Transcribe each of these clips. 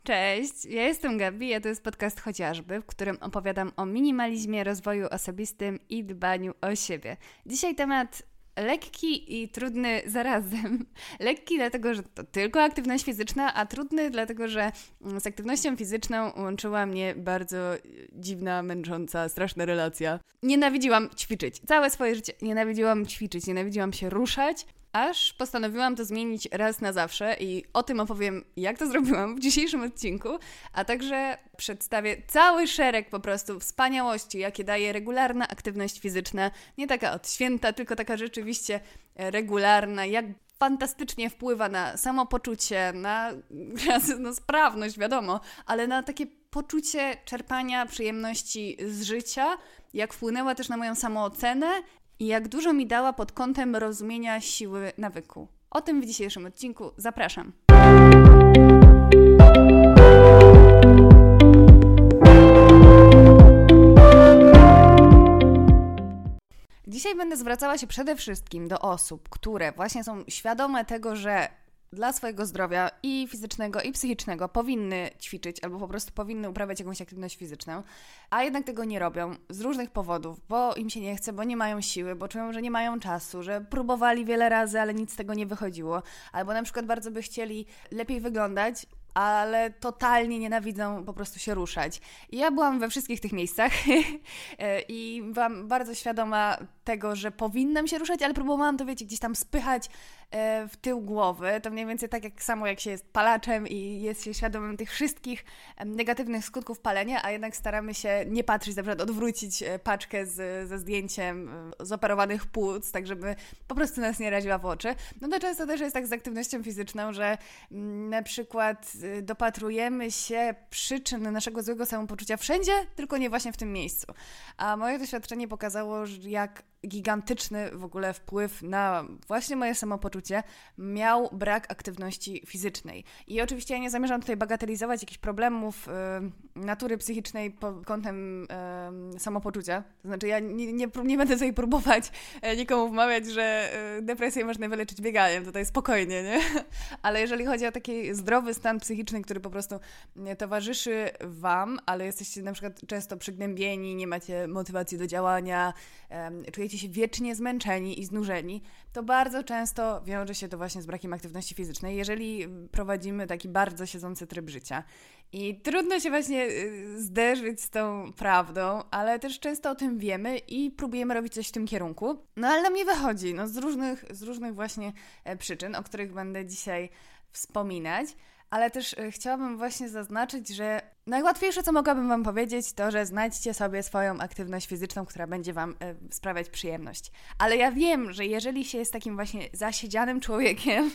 Cześć, ja jestem Gabi, a to jest podcast Chociażby, w którym opowiadam o minimalizmie, rozwoju osobistym i dbaniu o siebie. Dzisiaj temat lekki i trudny zarazem. Lekki dlatego, że to tylko aktywność fizyczna, a trudny dlatego, że z aktywnością fizyczną łączyła mnie bardzo dziwna, męcząca, straszna relacja. Nienawidziłam ćwiczyć. Całe swoje życie nienawidziłam ćwiczyć, nienawidziłam się ruszać. Aż postanowiłam to zmienić raz na zawsze i o tym opowiem, jak to zrobiłam w dzisiejszym odcinku, a także przedstawię cały szereg po prostu wspaniałości, jakie daje regularna aktywność fizyczna, nie taka od święta, tylko taka rzeczywiście regularna, jak fantastycznie wpływa na samopoczucie, na sprawność, wiadomo, ale na takie poczucie czerpania przyjemności z życia, jak wpłynęła też na moją samoocenę, i jak dużo mi dała pod kątem rozumienia siły nawyku. O tym w dzisiejszym odcinku zapraszam. Dzisiaj będę zwracała się przede wszystkim do osób, które właśnie są świadome tego, że dla swojego zdrowia i fizycznego, i psychicznego powinny ćwiczyć albo po prostu powinny uprawiać jakąś aktywność fizyczną, a jednak tego nie robią z różnych powodów, bo im się nie chce, bo nie mają siły, bo czują, że nie mają czasu, że próbowali wiele razy, ale nic z tego nie wychodziło, albo na przykład bardzo by chcieli lepiej wyglądać, ale totalnie nienawidzą po prostu się ruszać. I ja byłam we wszystkich tych miejscach i byłam bardzo świadoma tego, że powinnam się ruszać, ale próbowałam to, wiecie, gdzieś tam spychać w tył głowy. To mniej więcej tak samo jak się jest palaczem i jest się świadomym tych wszystkich negatywnych skutków palenia, a jednak staramy się nie patrzeć, na przykład odwrócić paczkę ze zdjęciem zoperowanych płuc, tak żeby po prostu nas nie raziła w oczy. No to często też jest tak z aktywnością fizyczną, że na przykład dopatrujemy się przyczyn naszego złego samopoczucia wszędzie, tylko nie właśnie w tym miejscu. A moje doświadczenie pokazało, jak gigantyczny w ogóle wpływ na właśnie moje samopoczucie miał brak aktywności fizycznej. I oczywiście ja nie zamierzam tutaj bagatelizować jakichś problemów natury psychicznej pod kątem samopoczucia. To znaczy ja nie będę sobie próbować nikomu wmawiać, że depresję można wyleczyć bieganiem. Tutaj spokojnie, nie? Ale jeżeli chodzi o taki zdrowy stan psychiczny, który po prostu towarzyszy Wam, ale jesteście na przykład często przygnębieni, nie macie motywacji do działania, czujecie się wiecznie zmęczeni i znużeni, to bardzo często wiąże się to właśnie z brakiem aktywności fizycznej, jeżeli prowadzimy taki bardzo siedzący tryb życia. I trudno się właśnie zderzyć z tą prawdą, ale też często o tym wiemy i próbujemy robić coś w tym kierunku. No ale nam nie wychodzi, z różnych właśnie przyczyn, o których będę dzisiaj wspominać. Ale też chciałabym właśnie zaznaczyć, że najłatwiejsze, co mogłabym Wam powiedzieć, to, że znajdźcie sobie swoją aktywność fizyczną, która będzie Wam sprawiać przyjemność. Ale ja wiem, że jeżeli się jest takim właśnie zasiedzianym człowiekiem,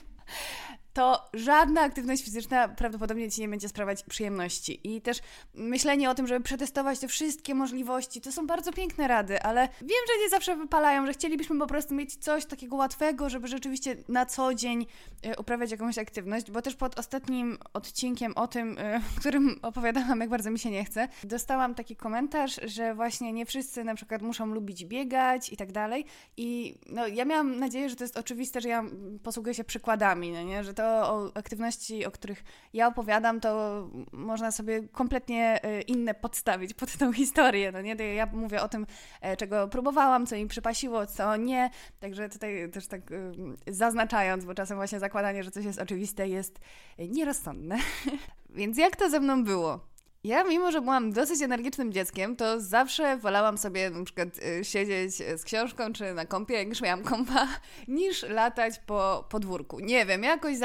to żadna aktywność fizyczna prawdopodobnie Ci nie będzie sprawiać przyjemności. I też myślenie o tym, żeby przetestować te wszystkie możliwości, to są bardzo piękne rady, ale wiem, że nie zawsze wypalają, że chcielibyśmy po prostu mieć coś takiego łatwego, żeby rzeczywiście na co dzień uprawiać jakąś aktywność, bo też pod ostatnim odcinkiem o tym, w którym opowiadałam, jak bardzo mi się nie chce, dostałam taki komentarz, że właśnie nie wszyscy na przykład muszą lubić biegać i tak dalej. I no, ja miałam nadzieję, że to jest oczywiste, że ja posługuję się przykładami, no nie? Że to o aktywności, o których ja opowiadam, to można sobie kompletnie inne podstawić pod tą historię, no nie? Ja mówię o tym, czego próbowałam, co mi przypasiło, co nie, także tutaj też tak zaznaczając, bo czasem właśnie zakładanie, że coś jest oczywiste, jest nierozsądne. Więc jak to ze mną było? Ja, mimo że byłam dosyć energicznym dzieckiem, to zawsze wolałam sobie na przykład siedzieć z książką czy na kompie, jak już miałam kompa, niż latać po podwórku. Nie wiem, jakoś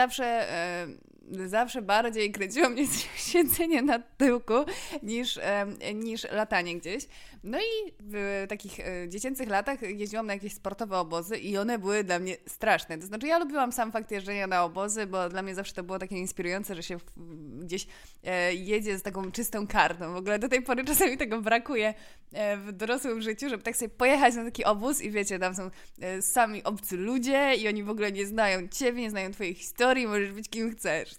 zawsze bardziej kręciło mnie siedzenie na tyłku niż latanie gdzieś. No i w takich dziecięcych latach jeździłam na jakieś sportowe obozy i one były dla mnie straszne. To znaczy ja lubiłam sam fakt jeżdżenia na obozy, bo dla mnie zawsze to było takie inspirujące, że się gdzieś jedzie z taką czystą kartą. W ogóle do tej pory czasami tego brakuje w dorosłym życiu, żeby tak sobie pojechać na taki obóz i wiecie, tam są sami obcy ludzie i oni w ogóle nie znają Ciebie, nie znają Twojej historii, możesz być kim chcesz.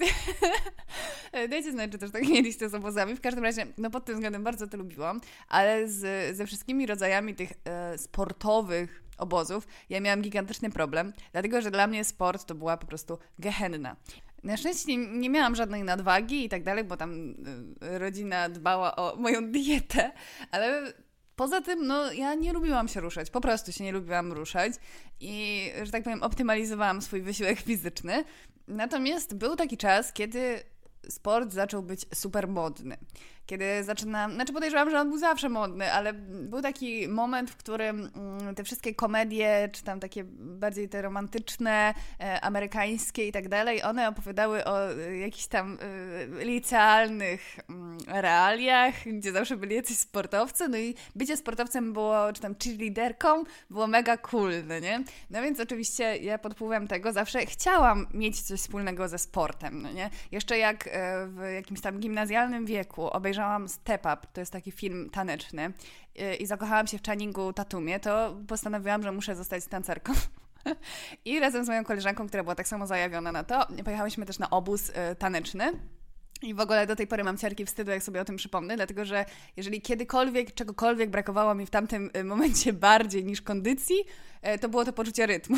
Dajcie znać, czy też tak mieliście z obozami. W każdym razie, no pod tym względem bardzo to lubiłam, ale ze wszystkimi rodzajami tych sportowych obozów ja miałam gigantyczny problem, dlatego że dla mnie sport to była po prostu gehenna. Na szczęście nie miałam żadnej nadwagi i tak dalej, bo tam rodzina dbała o moją dietę, ale poza tym, no, ja nie lubiłam się ruszać, po prostu się nie lubiłam ruszać i, że tak powiem, optymalizowałam swój wysiłek fizyczny. Natomiast był taki czas, kiedy sport zaczął być super modny. Kiedy podejrzewam, że on był zawsze modny, ale był taki moment, w którym te wszystkie komedie, czy tam takie bardziej te romantyczne, amerykańskie i tak dalej, one opowiadały o jakichś tam licealnych realiach, gdzie zawsze byli jacyś sportowcy, no i bycie sportowcem było, czy tam cheerleaderką, było mega cool, no nie? No więc oczywiście ja pod wpływem tego zawsze chciałam mieć coś wspólnego ze sportem, no nie? Jeszcze jak w jakimś tam gimnazjalnym wieku obejrzałam Step Up, to jest taki film taneczny i zakochałam się w Channingu Tatumie, to postanowiłam, że muszę zostać tancerką. I razem z moją koleżanką, która była tak samo zajawiona na to, pojechałyśmy też na obóz taneczny. I w ogóle do tej pory mam ciarki wstydu, jak sobie o tym przypomnę, dlatego że jeżeli kiedykolwiek, czegokolwiek brakowało mi w tamtym momencie bardziej niż kondycji, to było to poczucie rytmu.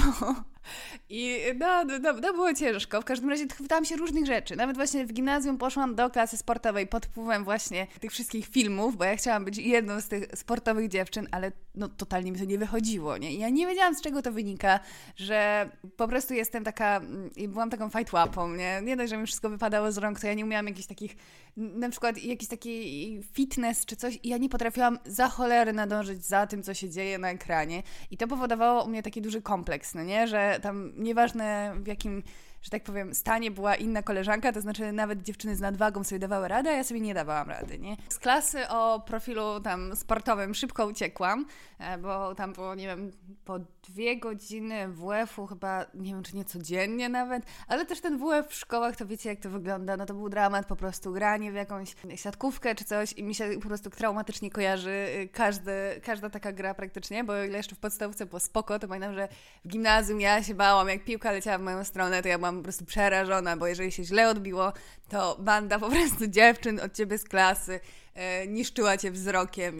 I no było ciężko. W każdym razie chwytałam się różnych rzeczy. Nawet właśnie w gimnazjum poszłam do klasy sportowej pod wpływem właśnie tych wszystkich filmów, bo ja chciałam być jedną z tych sportowych dziewczyn, ale no totalnie mi to nie wychodziło, nie? I ja nie wiedziałam, z czego to wynika, że po prostu jestem taka, i byłam taką fajtłapą, nie? Nie dość, że mi wszystko wypadało z rąk, to ja nie umiałam jakichś takich, na przykład jakiś taki fitness czy coś i ja nie potrafiłam za cholerę nadążyć za tym, co się dzieje na ekranie. I to powodowało u mnie taki duży kompleks, no nie? Że tam nieważne w jakim, że tak powiem, stanie była inna koleżanka, to znaczy nawet dziewczyny z nadwagą sobie dawały radę, a ja sobie nie dawałam rady, nie? Z klasy o profilu tam sportowym szybko uciekłam, bo tam było, nie wiem, po 2 godziny WF-u chyba, nie wiem, czy nie codziennie nawet, ale też ten WF w szkołach, to wiecie, jak to wygląda, no to był dramat, po prostu granie w jakąś siatkówkę czy coś i mi się po prostu traumatycznie kojarzy każda taka gra praktycznie, bo o ile jeszcze w podstawówce było spoko, to pamiętam, że w gimnazjum ja się bałam, jak piłka leciała w moją stronę, to ja byłam po prostu przerażona, bo jeżeli się źle odbiło, to banda po prostu dziewczyn od ciebie z klasy niszczyła cię wzrokiem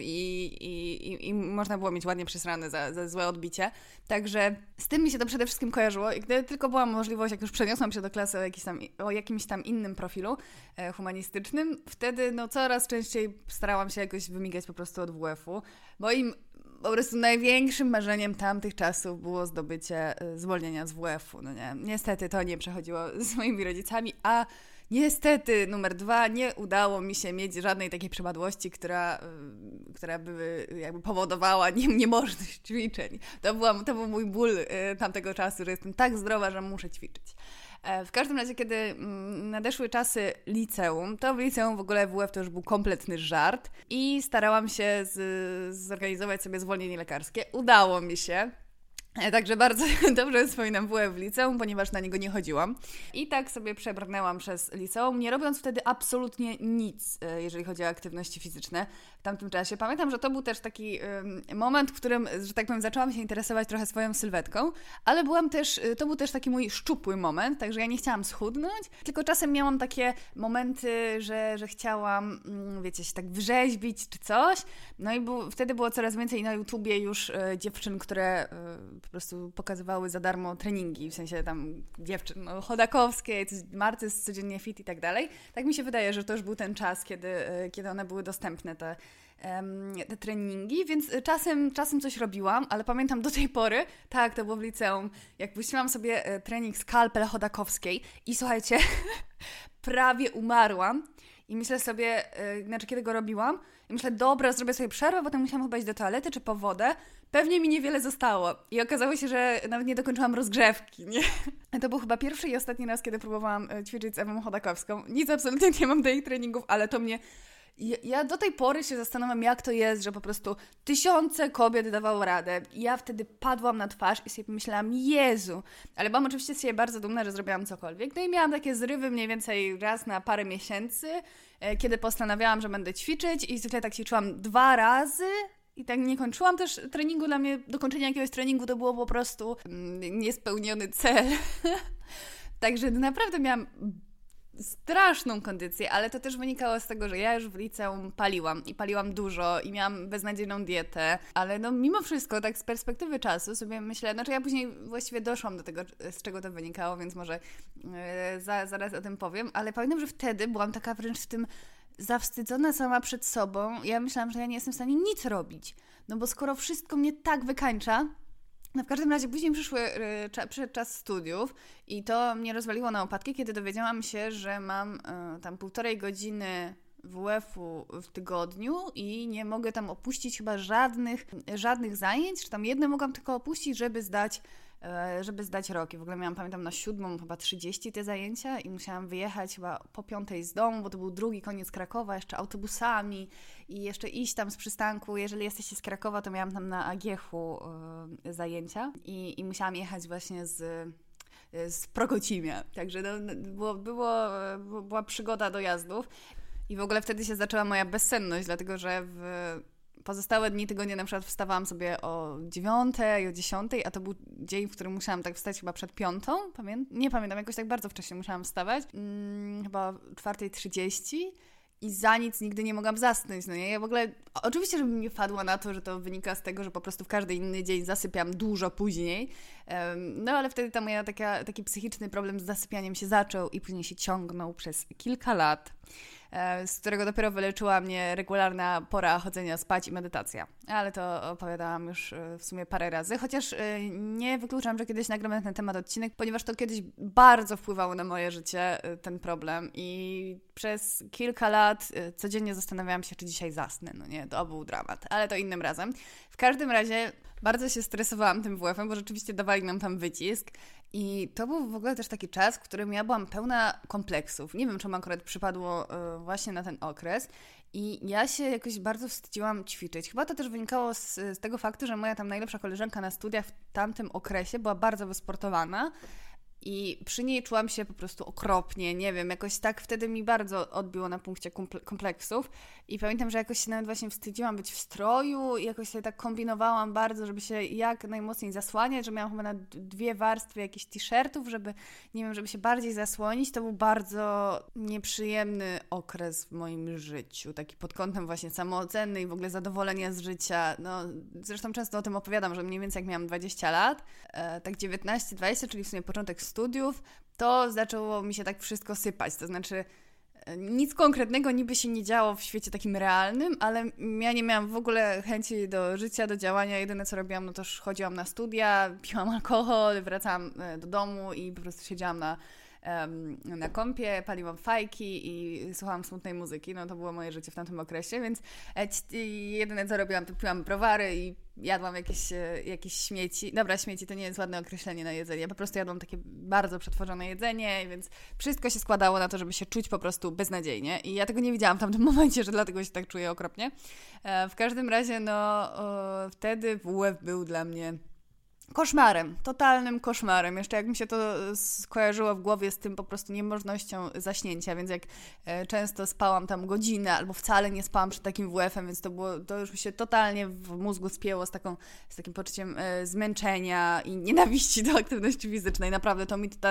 i można było mieć ładnie przesrane za złe odbicie. Także z tym mi się to przede wszystkim kojarzyło i gdy tylko była możliwość, jak już przeniosłam się do klasy o jakimś tam innym profilu humanistycznym, wtedy no coraz częściej starałam się jakoś wymigać po prostu od WF-u. Moim po prostu największym marzeniem tamtych czasów było zdobycie zwolnienia z WF-u. No nie, niestety to nie przechodziło z moimi rodzicami, a niestety numer 2, nie udało mi się mieć żadnej takiej przypadłości, która by jakby powodowała niemożność ćwiczeń. To był mój ból tamtego czasu, że jestem tak zdrowa, że muszę ćwiczyć. W każdym razie, kiedy nadeszły czasy liceum, to w liceum w ogóle WF to już był kompletny żart i starałam się zorganizować sobie zwolnienie lekarskie. Udało mi się. Także bardzo dobrze wspominam WF w liceum, ponieważ na niego nie chodziłam. I tak sobie przebrnęłam przez liceum, nie robiąc wtedy absolutnie nic, jeżeli chodzi o aktywności fizyczne w tamtym czasie. Pamiętam, że to był też taki moment, w którym, że tak powiem, zaczęłam się interesować trochę swoją sylwetką, ale to był też taki mój szczupły moment, także ja nie chciałam schudnąć, tylko czasem miałam takie momenty, że chciałam, wiecie, się tak wrzeźbić czy coś. No i wtedy było coraz więcej na YouTubie już dziewczyn, które po prostu pokazywały za darmo treningi, w sensie tam dziewczyn, no, chodakowskie, Marty z Codziennie Fit i tak dalej. Tak mi się wydaje, że to już był ten czas, kiedy one były dostępne, te treningi, więc czasem coś robiłam, ale pamiętam do tej pory, tak, to było w liceum, jak puściłam sobie trening skalpel chodakowskiej i słuchajcie, prawie umarłam. I myślę sobie, kiedy go robiłam, i myślę, dobra, zrobię sobie przerwę, potem musiałam chyba iść do toalety czy po wodę. Pewnie mi niewiele zostało. I okazało się, że nawet nie dokończyłam rozgrzewki, nie? To był chyba pierwszy i ostatni raz, kiedy próbowałam ćwiczyć z Ewą Chodakowską. Nic absolutnie nie mam do jej treningów, ale to mnie... Ja do tej pory się zastanawiam, jak to jest, że po prostu tysiące kobiet dawało radę. I ja wtedy padłam na twarz i sobie pomyślałam, Jezu. Ale byłam oczywiście z siebie bardzo dumna, że zrobiłam cokolwiek. No i miałam takie zrywy mniej więcej raz na parę miesięcy, kiedy postanawiałam, że będę ćwiczyć i zwykle tak ćwiczyłam 2 razy. I tak nie kończyłam też treningu. Dla mnie dokończenie jakiegoś treningu to było po prostu niespełniony cel. Także naprawdę miałam straszną kondycję, ale to też wynikało z tego, że ja już w liceum paliłam dużo i miałam beznadziejną dietę, ale no mimo wszystko, tak z perspektywy czasu sobie myślę, znaczy ja później właściwie doszłam do tego, z czego to wynikało, więc może zaraz o tym powiem, ale pamiętam, że wtedy byłam taka wręcz w tym zawstydzona sama przed sobą. Ja myślałam, że ja nie jestem w stanie nic robić, no bo skoro wszystko mnie tak wykańcza. No w każdym razie później przyszedł czas studiów i to mnie rozwaliło na opadki, kiedy dowiedziałam się, że mam tam 1,5 godziny WF-u w tygodniu i nie mogę tam opuścić chyba żadnych zajęć, czy tam jedne mogłam tylko opuścić, żeby zdać rok. I w ogóle miałam, pamiętam, na 7 chyba 30 te zajęcia i musiałam wyjechać chyba po 5 z domu, bo to był drugi koniec Krakowa, jeszcze autobusami i jeszcze iść tam z przystanku. Jeżeli jesteście z Krakowa, to miałam tam na Agiechu zajęcia i musiałam jechać właśnie z Prokocimia. Także była przygoda dojazdów. I w ogóle wtedy się zaczęła moja bezsenność, dlatego że w pozostałe dni tygodnia na przykład wstawałam sobie o 9, o 10, a to był dzień, w którym musiałam tak wstać chyba przed 5. Nie pamiętam, jakoś tak bardzo wcześnie musiałam wstawać. Chyba o 4:30 i za nic nigdy nie mogłam zasnąć. No nie? Ja w ogóle, oczywiście, żebym nie wpadła na to, że to wynika z tego, że po prostu w każdy inny dzień zasypiam dużo później. No ale wtedy taki psychiczny problem z zasypianiem się zaczął i później się ciągnął przez kilka lat, z którego dopiero wyleczyła mnie regularna pora chodzenia spać i medytacja. Ale to opowiadałam już w sumie parę razy, chociaż nie wykluczam, że kiedyś nagramy na ten temat odcinek, ponieważ to kiedyś bardzo wpływało na moje życie, ten problem, i przez kilka lat codziennie zastanawiałam się, czy dzisiaj zasnę. No nie, to był dramat, ale to innym razem. W każdym razie bardzo się stresowałam tym WF-em, bo rzeczywiście dawali nam tam wycisk. I to był w ogóle też taki czas, w którym ja byłam pełna kompleksów. Nie wiem, czemu akurat przypadło właśnie na ten okres. I ja się jakoś bardzo wstydziłam ćwiczyć. Chyba to też wynikało z tego faktu, że moja tam najlepsza koleżanka na studiach w tamtym okresie była bardzo wysportowana. I przy niej czułam się po prostu okropnie, nie wiem, jakoś tak wtedy mi bardzo odbiło na punkcie kompleksów i pamiętam, że jakoś się nawet właśnie wstydziłam być w stroju i jakoś sobie tak kombinowałam bardzo, żeby się jak najmocniej zasłaniać, że miałam chyba na 2 warstwy jakichś t-shirtów, żeby, nie wiem, żeby się bardziej zasłonić. To był bardzo nieprzyjemny okres w moim życiu, taki pod kątem właśnie samooceny i w ogóle zadowolenia z życia. No, zresztą często o tym opowiadam, że mniej więcej jak miałam 20 lat, tak 19-20, czyli w sumie początek studiów, to zaczęło mi się tak wszystko sypać, to znaczy nic konkretnego niby się nie działo w świecie takim realnym, ale ja nie miałam w ogóle chęci do życia, do działania. Jedyne co robiłam, no to chodziłam na studia, piłam alkohol, wracałam do domu i po prostu siedziałam na kompie, paliłam fajki i słuchałam smutnej muzyki. No to było moje życie w tamtym okresie, więc jedyne co robiłam, to piłam browary i jadłam jakieś śmieci. Dobra, śmieci to nie jest ładne określenie na jedzenie. Po prostu jadłam takie bardzo przetworzone jedzenie, więc wszystko się składało na to, żeby się czuć po prostu beznadziejnie. I ja tego nie widziałam w tamtym momencie, że dlatego się tak czuję okropnie. W każdym razie, no wtedy WF był dla mnie koszmarem, totalnym koszmarem. Jeszcze jak mi się to skojarzyło w głowie z tym po prostu niemożnością zaśnięcia, więc jak często spałam tam godzinę albo wcale nie spałam przed takim WF-em, więc to już mi się totalnie w mózgu spięło z takim poczuciem zmęczenia i nienawiści do aktywności fizycznej. Naprawdę to mi to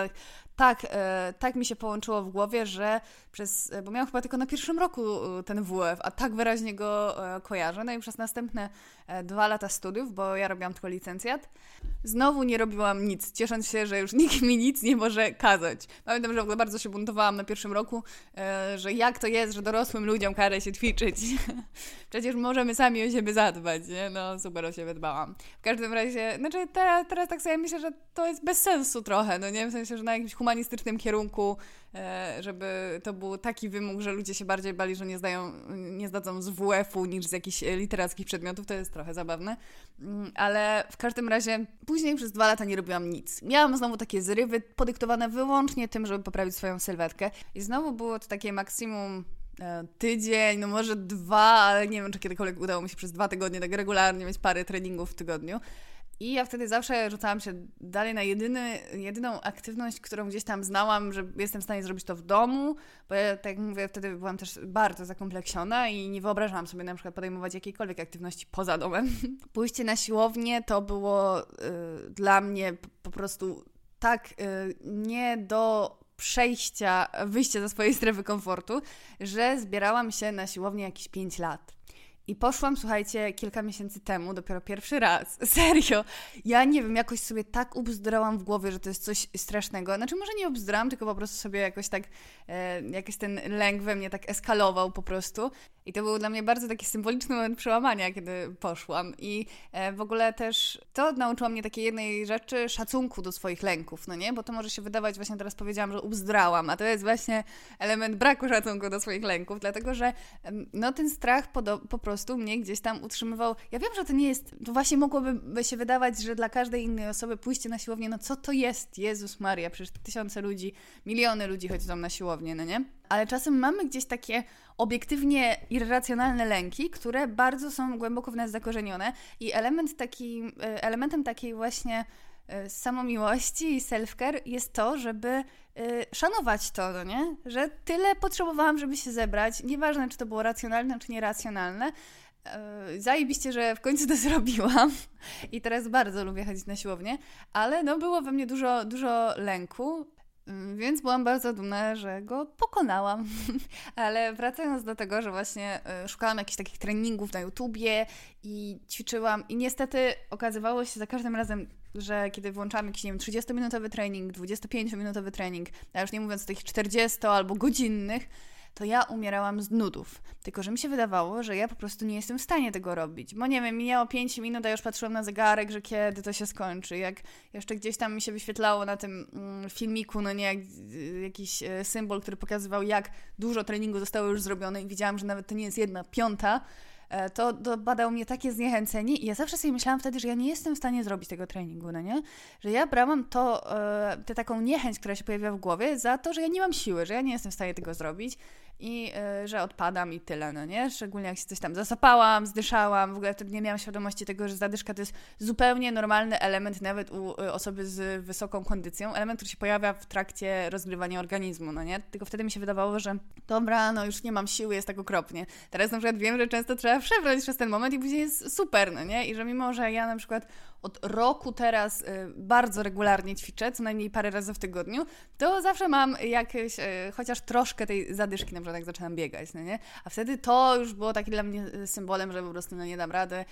tak mi się połączyło w głowie, że bo miałam chyba tylko na pierwszym roku ten WF, a tak wyraźnie go kojarzę. No i przez następne 2 lata studiów, bo ja robiłam tylko licencjat, znowu nie robiłam nic, ciesząc się, że już nikt mi nic nie może kazać. Pamiętam, że w ogóle bardzo się buntowałam na pierwszym roku, że jak to jest, że dorosłym ludziom każe się ćwiczyć. Przecież możemy sami o siebie zadbać, nie? No super o siebie dbałam. W każdym razie, znaczy teraz tak sobie myślę, że to jest bez sensu trochę, no nie? W sensie, że na jakimś humanistycznym kierunku, żeby to był taki wymóg, że ludzie się bardziej bali, że nie zdadzą z WF-u niż z jakichś literackich przedmiotów, to jest trochę zabawne. Ale w każdym razie później przez 2 lata nie robiłam nic. Miałam znowu takie zrywy podyktowane wyłącznie tym, żeby poprawić swoją sylwetkę. I znowu było to takie maksimum tydzień, no może 2, ale nie wiem, czy kiedykolwiek udało mi się przez 2 tygodnie tak regularnie mieć parę treningów w tygodniu. I ja wtedy zawsze rzucałam się dalej na jedyną aktywność, którą gdzieś tam znałam, że jestem w stanie zrobić to w domu, bo ja, tak jak mówię, wtedy byłam też bardzo zakompleksiona i nie wyobrażałam sobie na przykład podejmować jakiejkolwiek aktywności poza domem. Pójście na siłownię to było dla mnie po prostu tak nie do wyjścia ze swojej strefy komfortu, że zbierałam się na siłownię jakieś 5 lat. I poszłam, słuchajcie, kilka miesięcy temu, dopiero pierwszy raz. Serio. Ja nie wiem, jakoś sobie tak ubzdurałam w głowie, że to jest coś strasznego. Znaczy może nie ubzdrałam, tylko po prostu sobie jakoś tak, jakiś ten lęk we mnie tak eskalował po prostu. I to był dla mnie bardzo taki symboliczny moment przełamania, kiedy poszłam. I w ogóle też to nauczyło mnie takiej jednej rzeczy, szacunku do swoich lęków, no nie? Bo to może się wydawać, właśnie teraz powiedziałam, że ubzdrałam, a to jest właśnie element braku szacunku do swoich lęków, dlatego że no ten strach po prostu mnie gdzieś tam utrzymywał. Ja wiem, że to nie jest, to właśnie mogłoby się wydawać, że dla każdej innej osoby pójście na siłownię, no co to jest? Jezus Maria, przecież tysiące ludzi, miliony ludzi chodzą na siłownię, no nie? Ale czasem mamy gdzieś takie obiektywnie irracjonalne lęki, które bardzo są głęboko w nas zakorzenione i elementem takiej właśnie samomiłości i self-care jest to, żeby szanować to, no nie? Że tyle potrzebowałam, żeby się zebrać, nieważne czy to było racjonalne, czy nieracjonalne. Zajebiście, że w końcu to zrobiłam i teraz bardzo lubię chodzić na siłownię, ale no było we mnie dużo lęku. Więc byłam bardzo dumna, że go pokonałam. Ale wracając do tego, że właśnie szukałam jakichś takich treningów na YouTubie i ćwiczyłam i niestety okazywało się za każdym razem, że kiedy włączałam jakiś, nie wiem, 30-minutowy trening, 25-minutowy trening, a już nie mówiąc o tych 40 albo godzinnych, to ja umierałam z nudów. Tylko że mi się wydawało, że ja po prostu nie jestem w stanie tego robić. Bo nie wiem, minęło 5 minut, a już patrzyłam na zegarek, że kiedy to się skończy. Jak jeszcze gdzieś tam mi się wyświetlało na tym filmiku, no nie, jakiś symbol, który pokazywał, jak dużo treningu zostało już zrobione i widziałam, że nawet to nie jest 1/5, to badało mnie takie zniechęcenie i ja zawsze sobie myślałam wtedy, że ja nie jestem w stanie zrobić tego treningu, no nie? Że ja brałam tę taką niechęć, która się pojawia w głowie za to, że ja nie mam siły, że ja nie jestem w stanie tego zrobić i że odpadam i tyle, no nie? Szczególnie jak się coś tam zasapałam, zdyszałam, w ogóle wtedy nie miałam świadomości tego, że zadyszka to jest zupełnie normalny element nawet u osoby z wysoką kondycją, element, który się pojawia w trakcie rozgrywania organizmu, no nie? Tylko wtedy mi się wydawało, że dobra, no już nie mam siły, jest tak okropnie. Teraz na przykład wiem, że często trzeba przebrnąć przez ten moment i później jest super, no nie? I że mimo, że ja na przykład od roku teraz bardzo regularnie ćwiczę, co najmniej parę razy w tygodniu, to zawsze mam jakieś, chociaż troszkę tej zadyszki, na przykład jak zaczynam biegać, no nie? A wtedy to już było taki dla mnie symbolem, że po prostu no nie dam rady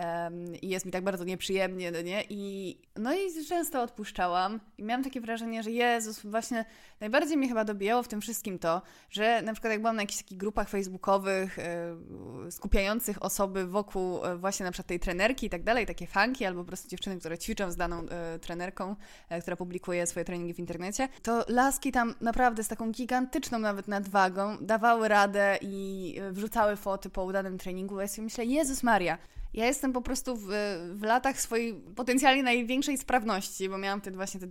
i jest mi tak bardzo nieprzyjemnie, no nie? No i często odpuszczałam i miałam takie wrażenie, że Jezus, właśnie najbardziej mnie chyba dobijało w tym wszystkim to, że na przykład jak byłam na jakichś takich grupach facebookowych skupiających osoby wokół właśnie na przykład tej trenerki i tak dalej, takie fanki albo po prostu dziewczyny, które ćwiczą z daną trenerką, która publikuje swoje treningi w internecie, to laski tam naprawdę z taką gigantyczną nawet nadwagą dawały radę i wrzucały foty po udanym treningu. Ja sobie myślę, Jezus Maria, ja jestem po prostu w latach swojej potencjalnie największej sprawności, bo miałam wtedy właśnie te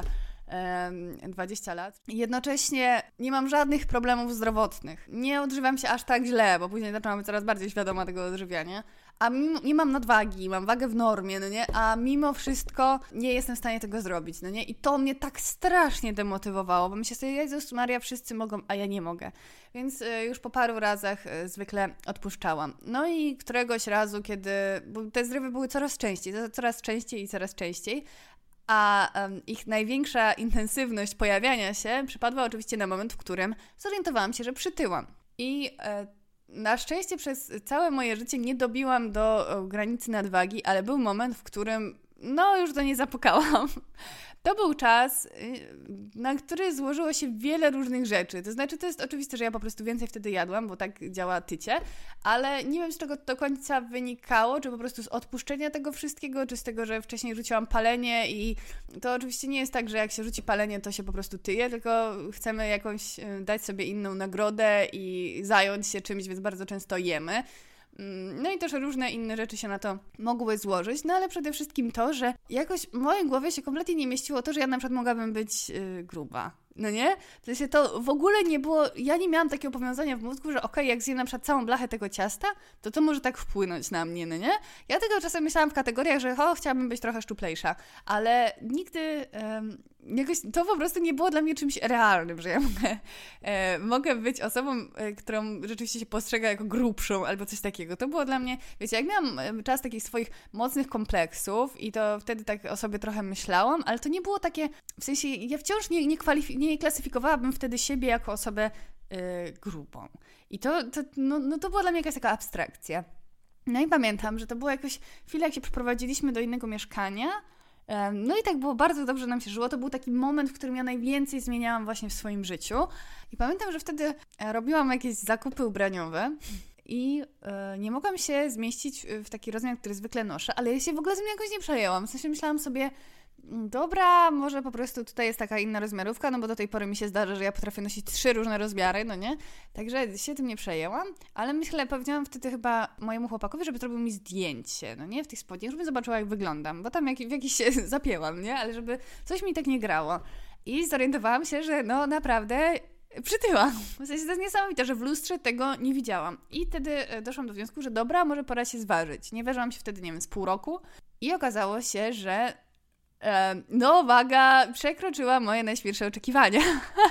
20 lat. Jednocześnie nie mam żadnych problemów zdrowotnych. Nie odżywiam się aż tak źle, bo później zaczęłam być coraz bardziej świadoma tego odżywiania. A nie mam nadwagi, mam wagę w normie, no nie? A mimo wszystko nie jestem w stanie tego zrobić, no nie? I to mnie tak strasznie demotywowało, bo myślę sobie, Jezus Maria, wszyscy mogą, a ja nie mogę. Więc już po paru razach zwykle odpuszczałam. No i któregoś razu, bo te zrywy były coraz częściej, a ich największa intensywność pojawiania się przypadła oczywiście na moment, w którym zorientowałam się, że przytyłam. I na szczęście przez całe moje życie nie dobiłam do granicy nadwagi, ale był moment, w którym już do niej zapukałam. To był czas, na który złożyło się wiele różnych rzeczy. To znaczy, to jest oczywiste, że ja po prostu więcej wtedy jadłam, bo tak działa tycie, ale nie wiem, z czego to do końca wynikało, czy po prostu z odpuszczenia tego wszystkiego, czy z tego, że wcześniej rzuciłam palenie i to oczywiście nie jest tak, że jak się rzuci palenie, to się po prostu tyje, tylko chcemy jakąś dać sobie inną nagrodę i zająć się czymś, więc bardzo często jemy. No i też różne inne rzeczy się na to mogły złożyć, no ale przede wszystkim to, że jakoś w mojej głowie się kompletnie nie mieściło to, że ja na przykład mogłabym być gruba, no nie? W sensie to w ogóle nie było, ja nie miałam takiego powiązania w mózgu, że okej, jak zjem na przykład całą blachę tego ciasta, to może tak wpłynąć na mnie, no nie? Ja tylko czasem myślałam w kategoriach, że chciałabym być trochę szczuplejsza, ale nigdy jakoś to po prostu nie było dla mnie czymś realnym, że ja mogę być osobą, którą rzeczywiście się postrzega jako grubszą albo coś takiego. To było dla mnie, wiecie, jak miałam czas takich swoich mocnych kompleksów i to wtedy tak o sobie trochę myślałam, ale to nie było takie, w sensie ja wciąż nie klasyfikowałabym wtedy siebie jako osobę grubą. I to była dla mnie jakaś taka abstrakcja. No i pamiętam, że to była jakoś chwila, jak się przeprowadziliśmy do innego mieszkania. No i tak było, bardzo dobrze nam się żyło. To był taki moment, w którym ja najwięcej zmieniałam właśnie w swoim życiu. I pamiętam, że wtedy robiłam jakieś zakupy ubraniowe i nie mogłam się zmieścić w taki rozmiar, który zwykle noszę, ale ja się w ogóle z mnie jakoś nie przejęłam. W sensie myślałam sobie, dobra, może po prostu tutaj jest taka inna rozmiarówka, no bo do tej pory mi się zdarza, że ja potrafię nosić 3 różne rozmiary, no nie? Także się tym nie przejęłam, ale powiedziałam wtedy chyba mojemu chłopakowi, żeby zrobił mi zdjęcie, no nie? W tych spodniach, żeby zobaczyła, jak wyglądam, bo tam w jakiś się zapięłam, nie? Ale żeby coś mi tak nie grało. I zorientowałam się, że no naprawdę przytyłam. W sensie to jest niesamowite, że w lustrze tego nie widziałam. I wtedy doszłam do wniosku, że dobra, może pora się zważyć. Nie ważyłam się wtedy, nie wiem, z pół roku i okazało się, że waga przekroczyła moje najświeższe oczekiwania.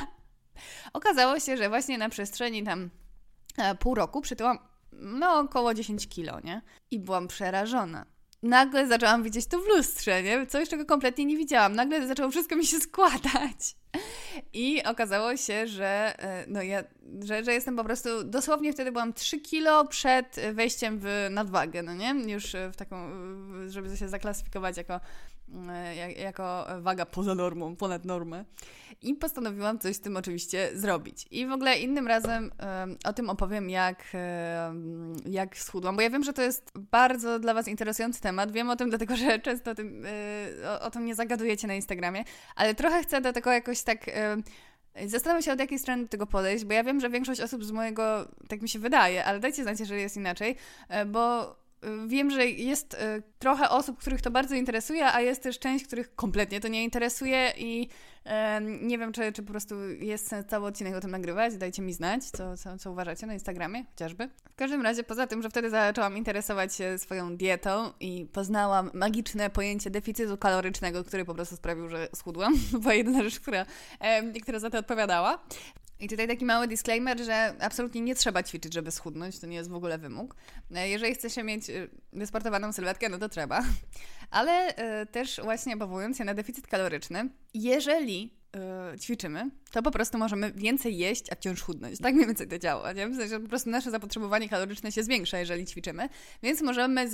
Okazało się, że właśnie na przestrzeni tam pół roku przytyłam około 10 kilo, nie? I byłam przerażona. Nagle zaczęłam widzieć to w lustrze, nie? Coś, czego kompletnie nie widziałam. Nagle zaczęło wszystko mi się składać. I okazało się, że że jestem po prostu, dosłownie wtedy byłam 3 kilo przed wejściem w nadwagę, no nie? Już w taką, żeby się zaklasyfikować jako waga poza normą, ponad normę. I postanowiłam coś z tym oczywiście zrobić. I w ogóle innym razem o tym opowiem, jak schudłam, bo ja wiem, że to jest bardzo dla Was interesujący temat. Wiem o tym, dlatego że często o tym nie zagadujecie na Instagramie, ale trochę chcę do tego jakoś tak... Zastanawiam się, od jakiej strony do tego podejść, bo ja wiem, że większość osób z mojego, tak mi się wydaje, ale dajcie znać, jeżeli jest inaczej, bo wiem, że jest trochę osób, których to bardzo interesuje, a jest też część, których kompletnie to nie interesuje i nie wiem, czy po prostu jest sens cały odcinek o tym nagrywać. Dajcie mi znać, co uważacie na Instagramie chociażby. W każdym razie, poza tym, że wtedy zaczęłam interesować się swoją dietą i poznałam magiczne pojęcie deficytu kalorycznego, który po prostu sprawił, że schudłam. To była jedyna rzecz, która za to odpowiadała. I tutaj taki mały disclaimer, że absolutnie nie trzeba ćwiczyć, żeby schudnąć, to nie jest w ogóle wymóg. Jeżeli chce się mieć wysportowaną sylwetkę, no to trzeba. Ale też właśnie powołując się na deficyt kaloryczny, jeżeli ćwiczymy, to po prostu możemy więcej jeść, a wciąż chudnąć. Tak mniej więcej to działa, nie? W sensie po prostu nasze zapotrzebowanie kaloryczne się zwiększa, jeżeli ćwiczymy, więc możemy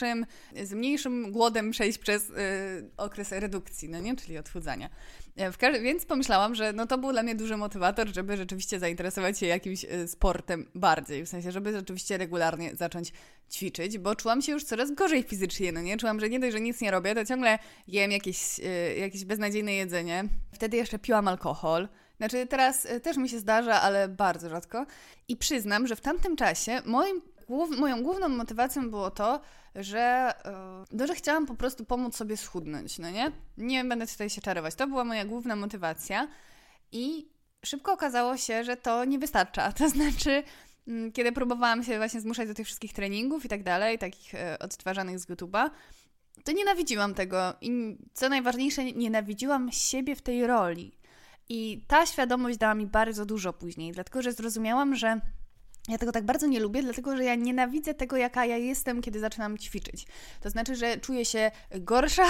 z mniejszym głodem przejść przez okres redukcji, no nie? Czyli odchudzania. Więc pomyślałam, że to był dla mnie duży motywator, żeby rzeczywiście zainteresować się jakimś sportem bardziej, w sensie, żeby rzeczywiście regularnie zacząć ćwiczyć, bo czułam się już coraz gorzej fizycznie, no nie? Czułam, że nie dość, że nic nie robię, to ciągle jem jakieś beznadziejne jedzenie. Wtedy jeszcze piłam alkohol. Znaczy teraz też mi się zdarza, ale bardzo rzadko. I przyznam, że w tamtym czasie moją główną motywacją było to, że chciałam po prostu pomóc sobie schudnąć, no nie? Nie będę tutaj się czarować. To była moja główna motywacja i szybko okazało się, że to nie wystarcza. To znaczy, kiedy próbowałam się właśnie zmuszać do tych wszystkich treningów i tak dalej, takich odtwarzanych z YouTube'a, to nienawidziłam tego i co najważniejsze, nienawidziłam siebie w tej roli. I ta świadomość dała mi bardzo dużo później, dlatego że zrozumiałam, że ja tego tak bardzo nie lubię, dlatego że ja nienawidzę tego, jaka ja jestem, kiedy zaczynam ćwiczyć. To znaczy, że czuję się gorsza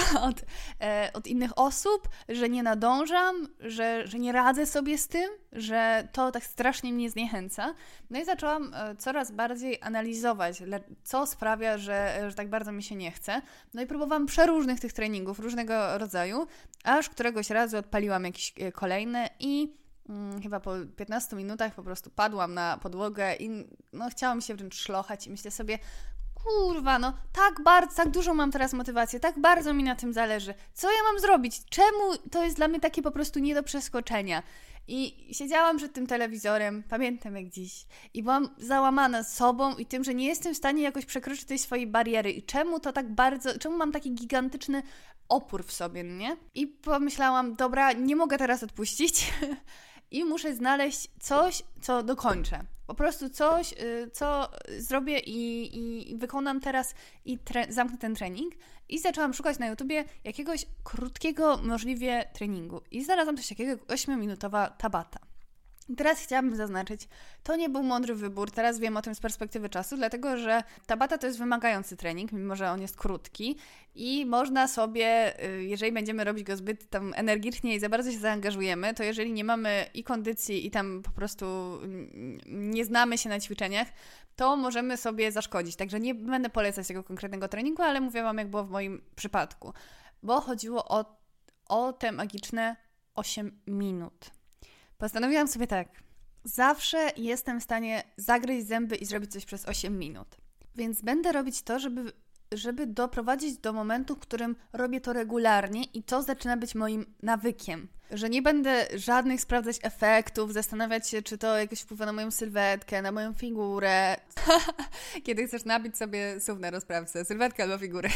od innych osób, że nie nadążam, że nie radzę sobie z tym, że to tak strasznie mnie zniechęca. No i zaczęłam coraz bardziej analizować, co sprawia, że tak bardzo mi się nie chce. No i próbowałam przeróżnych tych treningów, różnego rodzaju, aż któregoś razu odpaliłam jakieś kolejne i chyba po 15 minutach po prostu padłam na podłogę i chciałam mi się wręcz szlochać i myślę sobie, kurwa, tak dużo mam teraz motywacji, tak bardzo mi na tym zależy. Co ja mam zrobić? Czemu to jest dla mnie takie po prostu nie do przeskoczenia? I siedziałam przed tym telewizorem, pamiętam jak dziś, i byłam załamana sobą i tym, że nie jestem w stanie jakoś przekroczyć tej swojej bariery i czemu mam taki gigantyczny opór w sobie, nie? I pomyślałam, dobra, nie mogę teraz odpuścić i muszę znaleźć coś, co dokończę. Po prostu coś, co zrobię i wykonam teraz i zamknę ten trening. I zaczęłam szukać na YouTubie jakiegoś krótkiego możliwie treningu. I znalazłam coś takiego jak 8-minutowa Tabata. I teraz chciałabym zaznaczyć, to nie był mądry wybór, teraz wiem o tym z perspektywy czasu, dlatego że Tabata to jest wymagający trening, mimo że on jest krótki i można sobie, jeżeli będziemy robić go zbyt tam energicznie i za bardzo się zaangażujemy, to jeżeli nie mamy i kondycji i tam po prostu nie znamy się na ćwiczeniach, to możemy sobie zaszkodzić. Także nie będę polecać tego konkretnego treningu, ale mówię Wam, jak było w moim przypadku, bo chodziło o te magiczne 8 minut. Postanowiłam sobie tak, zawsze jestem w stanie zagryźć zęby i zrobić coś przez 8 minut. Więc będę robić to, żeby doprowadzić do momentu, w którym robię to regularnie i to zaczyna być moim nawykiem. Że nie będę żadnych sprawdzać efektów, zastanawiać się, czy to jakoś wpływa na moją sylwetkę, na moją figurę. Kiedy chcesz nabić sobie słów na rozprawce, sylwetkę albo figurę.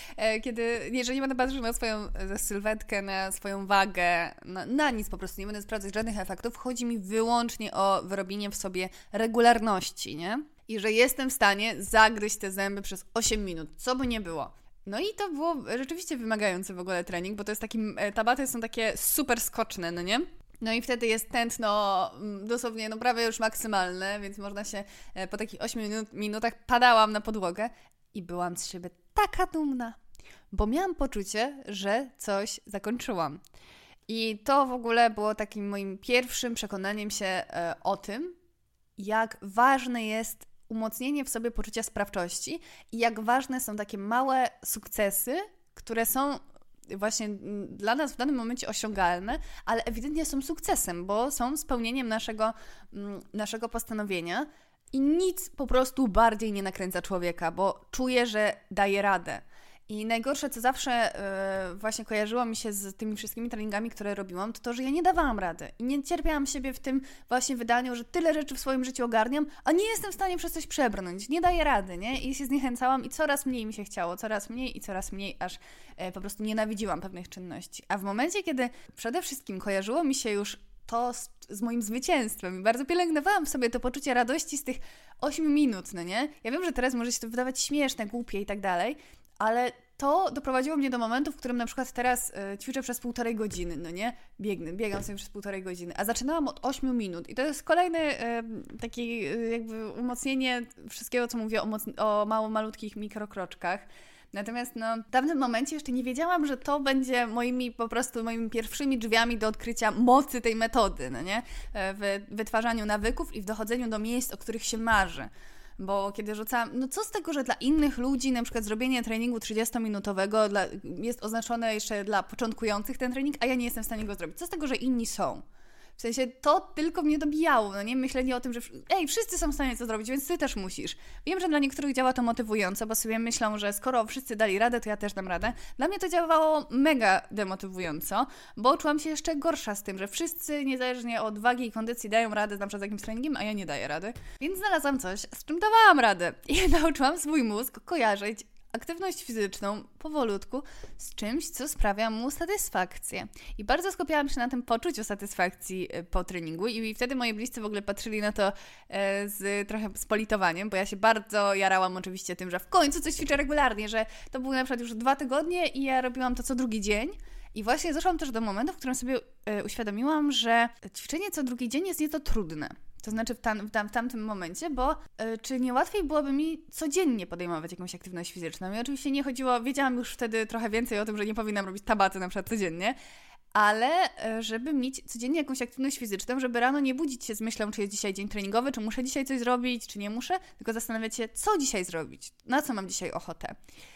Jeżeli nie będę patrzyć na swoją sylwetkę, na swoją wagę, na nic po prostu, nie będę sprawdzać żadnych efektów, chodzi mi wyłącznie o wyrobienie w sobie regularności, nie? I że jestem w stanie zagryźć te zęby przez 8 minut, co by nie było. No i to było rzeczywiście wymagający w ogóle trening, bo to jest tabaty są takie super skoczne, no nie? No i wtedy jest tętno dosłownie prawie już maksymalne, więc można się po takich 8 minutach padałam na podłogę i byłam z siebie taka dumna, bo miałam poczucie, że coś zakończyłam. I to w ogóle było takim moim pierwszym przekonaniem się o tym, jak ważne jest umocnienie w sobie poczucia sprawczości i jak ważne są takie małe sukcesy, które są właśnie dla nas w danym momencie osiągalne, ale ewidentnie są sukcesem, bo są spełnieniem naszego postanowienia i nic po prostu bardziej nie nakręca człowieka, bo czuje, że daje radę. I najgorsze, co zawsze właśnie kojarzyło mi się z tymi wszystkimi treningami, które robiłam, to, że ja nie dawałam rady i nie cierpiałam siebie w tym właśnie wydaniu, że tyle rzeczy w swoim życiu ogarniam, a nie jestem w stanie przez coś przebrnąć, nie daję rady, nie? I się zniechęcałam i coraz mniej mi się chciało, coraz mniej, aż po prostu nienawidziłam pewnych czynności. A w momencie, kiedy przede wszystkim kojarzyło mi się już to z moim zwycięstwem i bardzo pielęgnowałam w sobie to poczucie radości z tych 8 minut, no nie? Ja wiem, że teraz może się to wydawać śmieszne, głupie i tak dalej, ale to doprowadziło mnie do momentu, w którym na przykład teraz ćwiczę przez 1,5 godziny, no nie? Biegam sobie przez 1,5 godziny, a zaczynałam od 8 minut i to jest kolejne takie jakby umocnienie wszystkiego, co mówię o malutkich mikrokroczkach. Natomiast w tamtym momencie jeszcze nie wiedziałam, że to będzie moimi pierwszymi drzwiami do odkrycia mocy tej metody, no nie? W wytwarzaniu nawyków i w dochodzeniu do miejsc, o których się marzy. Bo kiedy rzucałam, co z tego, że dla innych ludzi na przykład zrobienie treningu 30-minutowego jest oznaczone jeszcze dla początkujących ten trening, a ja nie jestem w stanie go zrobić. Co z tego, że inni są? W sensie to tylko mnie dobijało, no nie? Myślenie o tym, że wszyscy są w stanie to zrobić, więc ty też musisz. Wiem, że dla niektórych działa to motywująco, bo sobie myślą, że skoro wszyscy dali radę, to ja też dam radę. Dla mnie to działało mega demotywująco, bo czułam się jeszcze gorsza z tym, że wszyscy niezależnie od wagi i kondycji dają radę na przykład z jakimś treningiem, a ja nie daję rady. Więc znalazłam coś, z czym dawałam radę i nauczyłam swój mózg kojarzyć aktywność fizyczną powolutku z czymś, co sprawia mu satysfakcję. I bardzo skupiałam się na tym poczuciu satysfakcji po treningu i wtedy moi bliscy w ogóle patrzyli na to trochę z politowaniem, bo ja się bardzo jarałam oczywiście tym, że w końcu coś ćwiczę regularnie, że to były na przykład już 2 tygodnie i ja robiłam to co drugi dzień. I właśnie doszłam też do momentu, w którym sobie uświadomiłam, że ćwiczenie co drugi dzień jest nieco trudne. To znaczy w tamtym momencie, bo czy nie łatwiej byłoby mi codziennie podejmować jakąś aktywność fizyczną? I oczywiście nie chodziło, wiedziałam już wtedy trochę więcej o tym, że nie powinnam robić tabaty na przykład codziennie, ale żeby mieć codziennie jakąś aktywność fizyczną, żeby rano nie budzić się z myślą, czy jest dzisiaj dzień treningowy, czy muszę dzisiaj coś zrobić, czy nie muszę, tylko zastanawiać się, co dzisiaj zrobić, na co mam dzisiaj ochotę.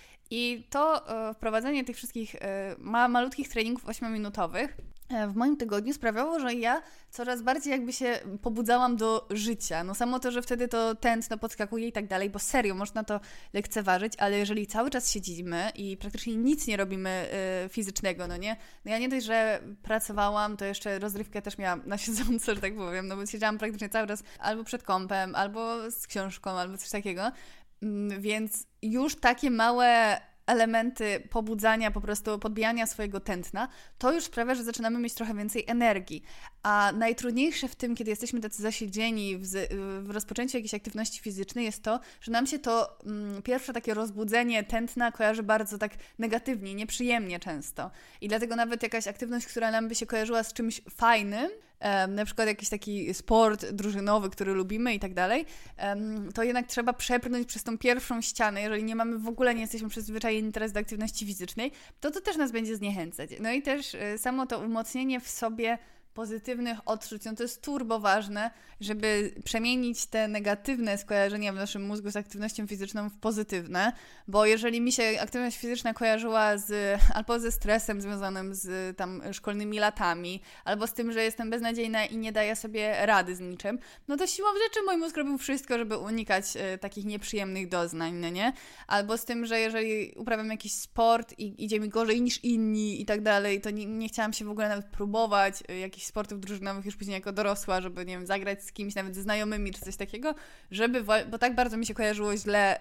I to wprowadzenie tych wszystkich malutkich treningów 8-minutowych w moim tygodniu sprawiało, że ja coraz bardziej jakby się pobudzałam do życia. No samo to, że wtedy to tętno podskakuje i tak dalej, bo serio, można to lekceważyć, ale jeżeli cały czas siedzimy i praktycznie nic nie robimy fizycznego, no nie? No ja nie dość, że pracowałam, to jeszcze rozrywkę też miałam na siedząco, że tak powiem, no bo siedziałam praktycznie cały czas albo przed kompem, albo z książką, albo coś takiego. Więc już takie małe elementy pobudzania, po prostu podbijania swojego tętna, to już sprawia, że zaczynamy mieć trochę więcej energii. A najtrudniejsze w tym, kiedy jesteśmy tacy zasiedzieni w rozpoczęciu jakiejś aktywności fizycznej, jest to, że nam się to pierwsze takie rozbudzenie tętna kojarzy bardzo tak negatywnie, nieprzyjemnie często. I dlatego nawet jakaś aktywność, która nam by się kojarzyła z czymś fajnym, na przykład jakiś taki sport drużynowy, który lubimy i tak dalej, to jednak trzeba przebrnąć przez tą pierwszą ścianę. Jeżeli w ogóle nie jesteśmy przyzwyczajeni teraz do aktywności fizycznej, to też nas będzie zniechęcać. No i też samo to umocnienie w sobie pozytywnych odczuć, no to jest turbo ważne, żeby przemienić te negatywne skojarzenia w naszym mózgu z aktywnością fizyczną w pozytywne, bo jeżeli mi się aktywność fizyczna kojarzyła albo ze stresem związanym z tam szkolnymi latami, albo z tym, że jestem beznadziejna i nie daję sobie rady z niczym, no to siłą rzeczy mój mózg robił wszystko, żeby unikać takich nieprzyjemnych doznań, no nie? Albo z tym, że jeżeli uprawiam jakiś sport i idzie mi gorzej niż inni i tak dalej, to nie chciałam się w ogóle nawet próbować jakichś sportów drużynowych już później jako dorosła, żeby, nie wiem, zagrać z kimś, nawet ze znajomymi czy coś takiego, bo tak bardzo mi się kojarzyło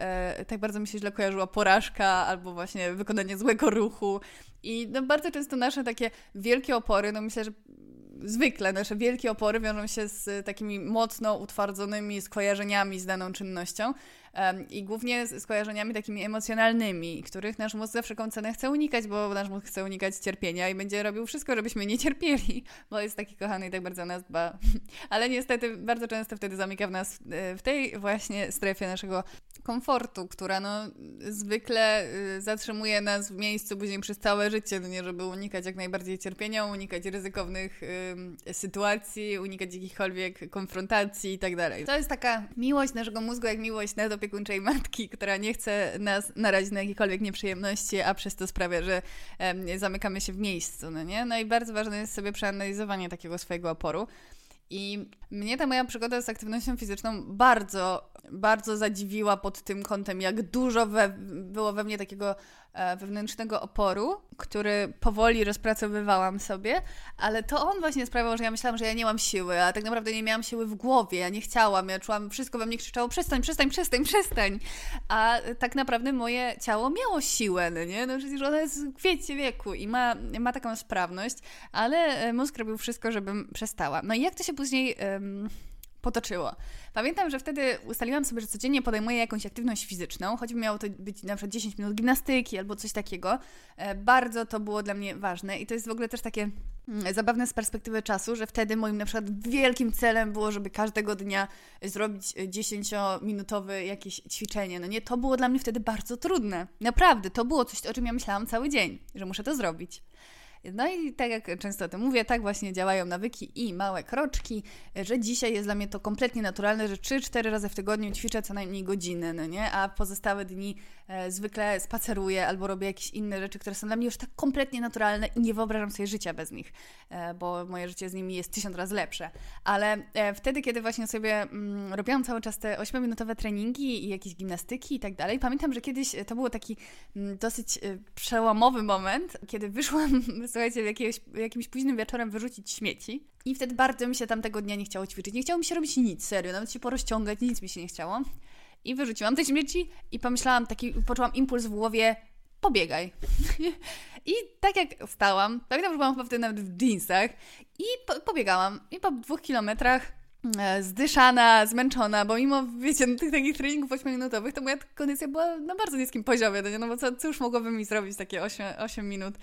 źle kojarzyła porażka albo właśnie wykonanie złego ruchu i no bardzo często nasze takie wielkie opory, no myślę, że zwykle nasze wielkie opory wiążą się z takimi mocno utwardzonymi skojarzeniami z daną czynnością i głównie z skojarzeniami takimi emocjonalnymi, których nasz mózg za wszelką cenę chce unikać, bo nasz mózg chce unikać cierpienia i będzie robił wszystko, żebyśmy nie cierpieli, bo jest taki kochany i tak bardzo o nas dba. Ale niestety bardzo często wtedy zamyka w nas w tej właśnie strefie naszego komfortu, która no zwykle zatrzymuje nas w miejscu później przez całe życie, no nie, żeby unikać jak najbardziej cierpienia, unikać ryzykownych sytuacji, unikać jakichkolwiek konfrontacji i tak dalej. To jest taka miłość naszego mózgu, jak miłość nadopiekuńczej matki, która nie chce nas narazić na jakiekolwiek nieprzyjemności, a przez to sprawia, że zamykamy się w miejscu, no nie? No i bardzo ważne jest sobie przeanalizowanie takiego swojego oporu. I mnie ta moja przygoda z aktywnością fizyczną bardzo, bardzo zadziwiła pod tym kątem, jak dużo było we mnie takiego wewnętrznego oporu, który powoli rozpracowywałam sobie, ale to on właśnie sprawiał, że ja myślałam, że ja nie mam siły, a tak naprawdę nie miałam siły w głowie, ja nie chciałam, ja czułam, wszystko we mnie krzyczało przestań, a tak naprawdę moje ciało miało siłę, no nie? No przecież ona jest w kwiecie wieku i ma taką sprawność, ale mózg robił wszystko, żebym przestała. No i jak to się później potoczyło. Pamiętam, że wtedy ustaliłam sobie, że codziennie podejmuję jakąś aktywność fizyczną, choćby miało to być na przykład 10 minut gimnastyki albo coś takiego. Bardzo to było dla mnie ważne i to jest w ogóle też takie zabawne z perspektywy czasu, że wtedy moim na przykład wielkim celem było, żeby każdego dnia zrobić 10-minutowe jakieś ćwiczenie. No nie, to było dla mnie wtedy bardzo trudne. Naprawdę, to było coś, o czym ja myślałam cały dzień, że muszę to zrobić. No i tak jak często o tym mówię, tak właśnie działają nawyki i małe kroczki, że dzisiaj jest dla mnie to kompletnie naturalne, że 3-4 razy w tygodniu ćwiczę co najmniej godzinę, no nie? A pozostałe dni zwykle spaceruję albo robię jakieś inne rzeczy, które są dla mnie już tak kompletnie naturalne i nie wyobrażam sobie życia bez nich, bo moje życie z nimi jest 1000 razy lepsze. Ale wtedy, kiedy właśnie sobie robiłam cały czas te 8-minutowe treningi i jakieś gimnastyki i tak dalej, pamiętam, że kiedyś to był taki dosyć przełomowy moment, kiedy wyszłam, słuchajcie, jakimś późnym wieczorem wyrzucić śmieci i wtedy bardzo mi się tamtego dnia nie chciało ćwiczyć. Nie chciało mi się robić nic, serio, nawet się porozciągać, nic mi się nie chciało. I wyrzuciłam te śmieci i pomyślałam, poczułam impuls w głowie, pobiegaj. I tak jak wstałam, pamiętam, że byłam chyba wtedy nawet w jeansach i pobiegałam. I po 2 kilometrach zdyszana, zmęczona, bo mimo, wiecie, tych takich treningów 8-minutowych, to moja kondycja była na bardzo niskim poziomie, no bo co już mogłoby mi zrobić takie 8 minut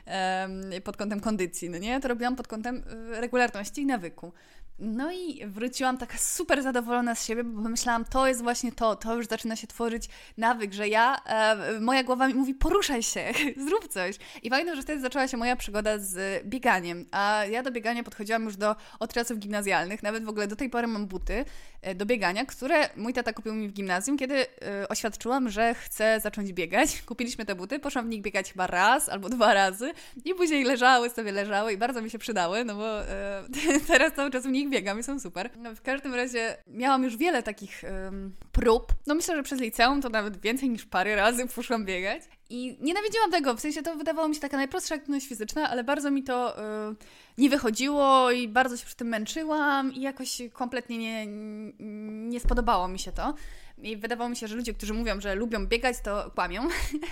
pod kątem kondycji, no nie? To robiłam pod kątem regularności i nawyku. No i wróciłam taka super zadowolona z siebie, bo myślałam, to jest właśnie to już zaczyna się tworzyć nawyk, że moja głowa mi mówi, poruszaj się, zrób coś. I pamiętam, że wtedy zaczęła się moja przygoda z bieganiem, a ja do biegania podchodziłam już od czasów gimnazjalnych, nawet w ogóle do tej pory mam buty do biegania, które mój tata kupił mi w gimnazjum, kiedy oświadczyłam, że chcę zacząć biegać. Kupiliśmy te buty, poszłam w nich biegać chyba raz albo 2 razy i później leżały i bardzo mi się przydały, no bo teraz cały czas w nich biegam i są super. No, w każdym razie miałam już wiele takich prób. No myślę, że przez liceum to nawet więcej niż parę razy poszłam biegać. I nienawidziłam tego, w sensie to wydawało mi się taka najprostsza aktywność fizyczna, ale bardzo mi to nie wychodziło i bardzo się przy tym męczyłam i jakoś kompletnie nie spodobało mi się to. i wydawało mi się, że ludzie, którzy mówią, że lubią biegać, to kłamią.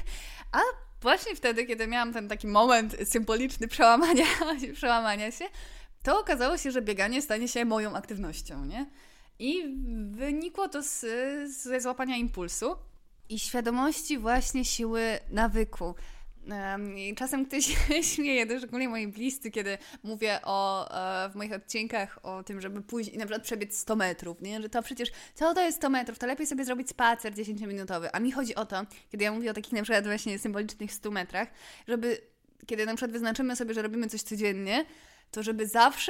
A właśnie wtedy, kiedy miałam ten taki moment symboliczny przełamania się, to okazało się, że bieganie stanie się moją aktywnością, nie? I wynikło to ze złapania impulsu i świadomości właśnie siły nawyku. I czasem ktoś się śmieje, szczególnie moi bliscy, kiedy mówię w moich odcinkach o tym, żeby pójść i na przykład przebiec 100 metrów, nie? Że to przecież, co to jest 100 metrów? To lepiej sobie zrobić spacer 10-minutowy. A mi chodzi o to, kiedy ja mówię o takich na przykład właśnie symbolicznych 100 metrach, żeby, kiedy na przykład wyznaczymy sobie, że robimy coś codziennie, to żeby zawsze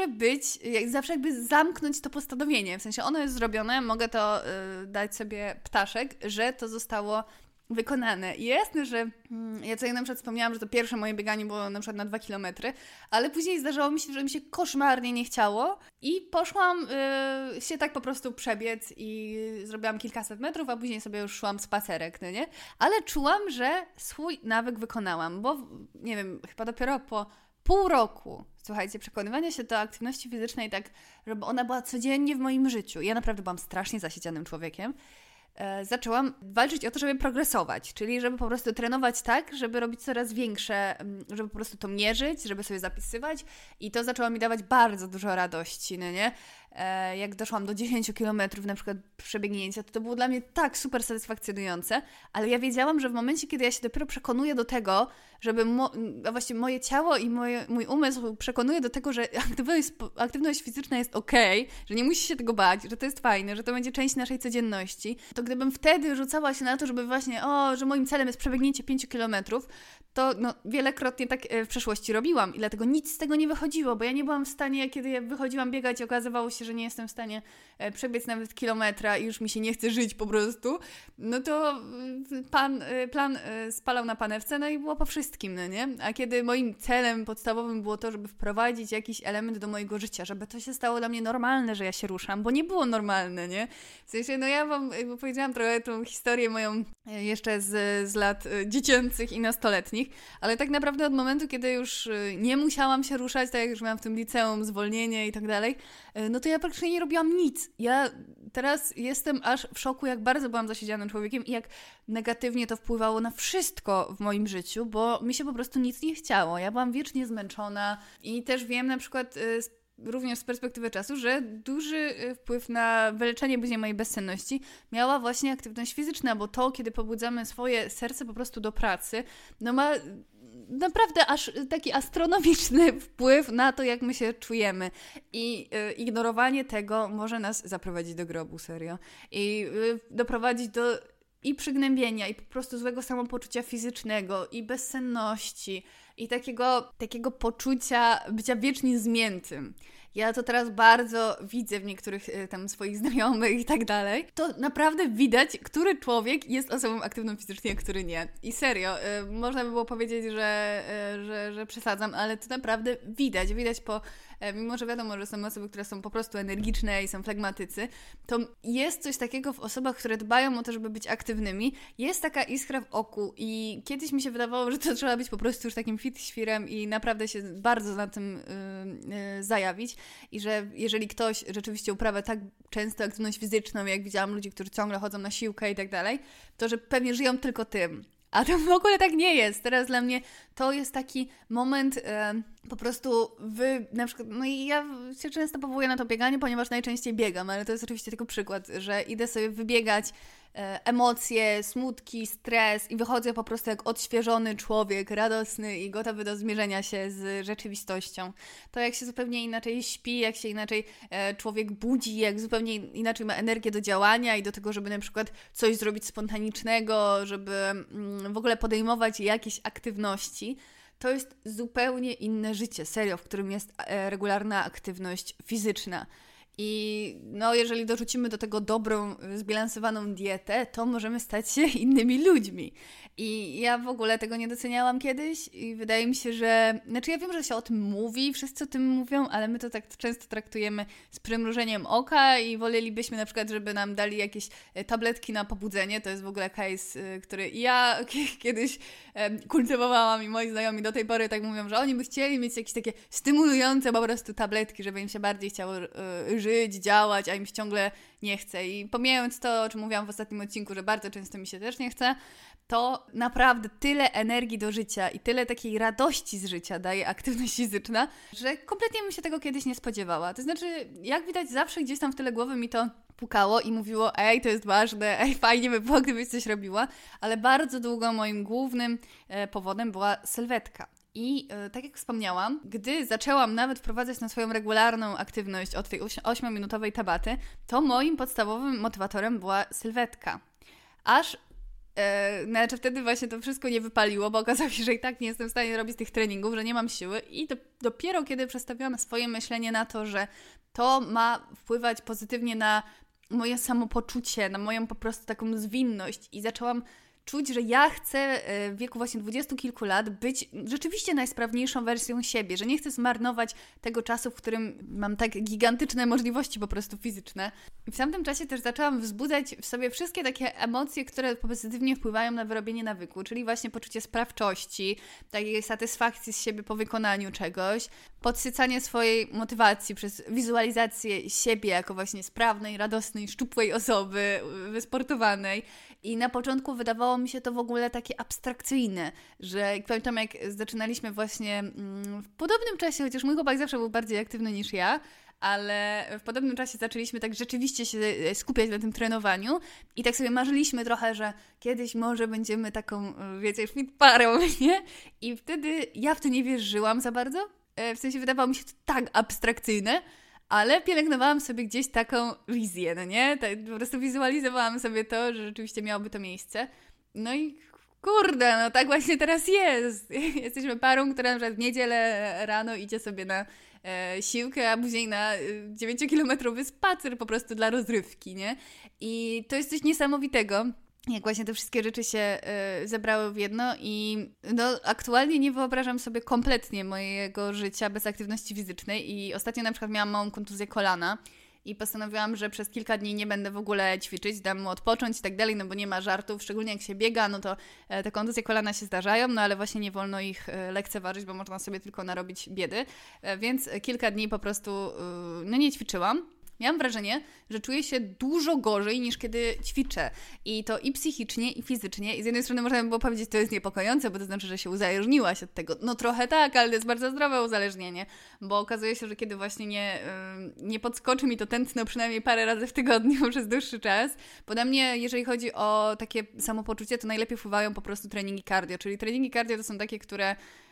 jakby zamknąć to postanowienie. W sensie ono jest zrobione, mogę to dać sobie ptaszek, że to zostało wykonane. I jasne, że ja tutaj na przykład wspomniałam, że to pierwsze moje bieganie było na przykład na 2 kilometry, ale później zdarzało mi się, że mi się koszmarnie nie chciało i poszłam się tak po prostu przebiec i zrobiłam kilkaset metrów, a później sobie już szłam spacerek, no nie? Ale czułam, że swój nawyk wykonałam, bo nie wiem, chyba dopiero po pół roku, słuchajcie, przekonywania się do aktywności fizycznej tak, żeby ona była codziennie w moim życiu. Ja naprawdę byłam strasznie zasiedzianym człowiekiem. Zaczęłam walczyć o to, żeby progresować, czyli żeby po prostu trenować tak, żeby robić coraz większe, żeby po prostu to mierzyć, żeby sobie zapisywać i to zaczęło mi dawać bardzo dużo radości, no nie? Jak doszłam do 10 kilometrów na przykład przebiegnięcia, to było dla mnie tak super satysfakcjonujące, ale ja wiedziałam, że w momencie, kiedy ja się dopiero przekonuję do tego, żeby właściwie moje ciało i mój umysł przekonuje do tego, że aktywność fizyczna jest okej, że nie musi się tego bać, że to jest fajne, że to będzie część naszej codzienności, to gdybym wtedy rzucała się na to, żeby właśnie, że moim celem jest przebiegnięcie 5 kilometrów, to wielokrotnie tak w przeszłości robiłam i dlatego nic z tego nie wychodziło, bo ja nie byłam w stanie, kiedy ja wychodziłam biegać i okazywało się, że nie jestem w stanie przebiec nawet kilometra i już mi się nie chce żyć po prostu, no to plan spalał na panewce, no i było po wszystkim, no nie? A kiedy moim celem podstawowym było to, żeby wprowadzić jakiś element do mojego życia, żeby to się stało dla mnie normalne, że ja się ruszam, bo nie było normalne, nie? W sensie, ja wam powiedziałam trochę tą historię moją jeszcze z lat dziecięcych i nastoletnich, ale tak naprawdę od momentu, kiedy już nie musiałam się ruszać, tak jak już miałam w tym liceum zwolnienie i tak dalej, no to ja praktycznie nie robiłam nic. Ja teraz jestem aż w szoku, jak bardzo byłam zasiedzianym człowiekiem i jak negatywnie to wpływało na wszystko w moim życiu, bo mi się po prostu nic nie chciało. Ja byłam wiecznie zmęczona i też wiem na przykład również z perspektywy czasu, że duży wpływ na wyleczenie później mojej bezsenności miała właśnie aktywność fizyczna, bo to, kiedy pobudzamy swoje serce po prostu do pracy, no ma naprawdę aż taki astronomiczny wpływ na to, jak my się czujemy. I ignorowanie tego może nas zaprowadzić do grobu, serio. I doprowadzić do przygnębienia, i po prostu złego samopoczucia fizycznego, i bezsenności, i takiego poczucia bycia wiecznie zmiętym. Ja to teraz bardzo widzę w niektórych tam swoich znajomych i tak dalej. To naprawdę widać, który człowiek jest osobą aktywną fizycznie, a który nie. I serio, można by było powiedzieć, że przesadzam, ale to naprawdę widać. Widać mimo że wiadomo, że są osoby, które są po prostu energiczne i są flegmatycy, to jest coś takiego w osobach, które dbają o to, żeby być aktywnymi. Jest taka iskra w oku i kiedyś mi się wydawało, że to trzeba być po prostu już takim fit świrem i naprawdę się bardzo na tym zajawić. I że jeżeli ktoś rzeczywiście uprawia tak często aktywność fizyczną, jak widziałam ludzi, którzy ciągle chodzą na siłkę i tak dalej, to że pewnie żyją tylko tym. A to w ogóle tak nie jest. Teraz dla mnie to jest taki moment po prostu na przykład, no i ja się często powołuję na to bieganie, ponieważ najczęściej biegam, ale to jest oczywiście tylko przykład, że idę sobie wybiegać emocje, smutki, stres i wychodzę po prostu jak odświeżony człowiek, radosny i gotowy do zmierzenia się z rzeczywistością. To jak się zupełnie inaczej śpi, jak się inaczej człowiek budzi, jak zupełnie inaczej ma energię do działania i do tego, żeby na przykład coś zrobić spontanicznego, żeby w ogóle podejmować jakieś aktywności, to jest zupełnie inne życie, serio, w którym jest regularna aktywność fizyczna. I jeżeli dorzucimy do tego dobrą, zbilansowaną dietę, to możemy stać się innymi ludźmi. I ja w ogóle tego nie doceniałam kiedyś i wydaje mi się, że... ja wiem, że się o tym mówi, wszyscy o tym mówią, ale my to tak często traktujemy z przymrużeniem oka i wolelibyśmy na przykład, żeby nam dali jakieś tabletki na pobudzenie. To jest w ogóle case, który ja kiedyś kultywowałam i moi znajomi do tej pory tak mówią, że oni by chcieli mieć jakieś takie stymulujące po prostu tabletki, żeby im się bardziej chciało żyć. żyć, działać, a im się ciągle nie chce. I pomijając to, o czym mówiłam w ostatnim odcinku, że bardzo często mi się też nie chce, to naprawdę tyle energii do życia i tyle takiej radości z życia daje aktywność fizyczna, że kompletnie bym się tego kiedyś nie spodziewała. To znaczy, jak widać, zawsze gdzieś tam w tyle głowy mi to pukało i mówiło, ej, to jest ważne, ej, fajnie by było, gdybyś coś robiła, ale bardzo długo moim głównym powodem była sylwetka. I tak jak wspomniałam, gdy zaczęłam nawet wprowadzać na swoją regularną aktywność od tej 8-minutowej tabaty, to moim podstawowym motywatorem była sylwetka. Aż znaczy wtedy właśnie to wszystko nie wypaliło, bo okazało się, że i tak nie jestem w stanie robić tych treningów, że nie mam siły i dopiero kiedy przestawiłam swoje myślenie na to, że to ma wpływać pozytywnie na moje samopoczucie, na moją po prostu taką zwinność i zaczęłam czuć, że ja chcę w wieku właśnie 20 kilku lat być rzeczywiście najsprawniejszą wersją siebie, że nie chcę zmarnować tego czasu, w którym mam tak gigantyczne możliwości po prostu fizyczne. I w tamtym czasie też zaczęłam wzbudzać w sobie wszystkie takie emocje, które pozytywnie wpływają na wyrobienie nawyku, czyli właśnie poczucie sprawczości, takiej satysfakcji z siebie po wykonaniu czegoś, podsycanie swojej motywacji przez wizualizację siebie jako właśnie sprawnej, radosnej, szczupłej osoby, wysportowanej. I na początku wydawało mi się to w ogóle takie abstrakcyjne, że pamiętam jak zaczynaliśmy właśnie w podobnym czasie, chociaż mój chłopak zawsze był bardziej aktywny niż ja, ale w podobnym czasie zaczęliśmy tak rzeczywiście się skupiać na tym trenowaniu i tak sobie marzyliśmy trochę, że kiedyś może będziemy taką, wiecie, fit parą, nie? I wtedy ja w to nie wierzyłam za bardzo, w sensie wydawało mi się to tak abstrakcyjne, ale pielęgnowałam sobie gdzieś taką wizję, no nie? Tak, po prostu wizualizowałam sobie to, że rzeczywiście miałoby to miejsce. No i kurde, no tak właśnie teraz jest. Jesteśmy parą, która na przykład w niedzielę rano idzie sobie na siłkę, a później na 9-kilometrowy spacer po prostu dla rozrywki, nie? I to jest coś niesamowitego. Jak właśnie te wszystkie rzeczy się zebrały w jedno i no, aktualnie nie wyobrażam sobie kompletnie mojego życia bez aktywności fizycznej i ostatnio na przykład miałam małą kontuzję kolana i postanowiłam, że przez kilka dni nie będę w ogóle ćwiczyć, dam mu odpocząć i tak dalej, no bo nie ma żartów, szczególnie jak się biega, no to te kontuzje kolana się zdarzają, no ale właśnie nie wolno ich lekceważyć, bo można sobie tylko narobić biedy, więc kilka dni po prostu no nie ćwiczyłam. Miałam wrażenie, że czuję się dużo gorzej niż kiedy ćwiczę. I to i psychicznie, i fizycznie. I z jednej strony można by było powiedzieć, że to jest niepokojące, bo to znaczy, że się uzależniłaś od tego. No trochę tak, ale to jest bardzo zdrowe uzależnienie. Bo okazuje się, że kiedy właśnie nie podskoczy mi to tętno przynajmniej parę razy w tygodniu przez dłuższy czas. Bo na mnie, jeżeli chodzi o takie samopoczucie, to najlepiej wpływają po prostu treningi cardio. Czyli treningi cardio to są takie, które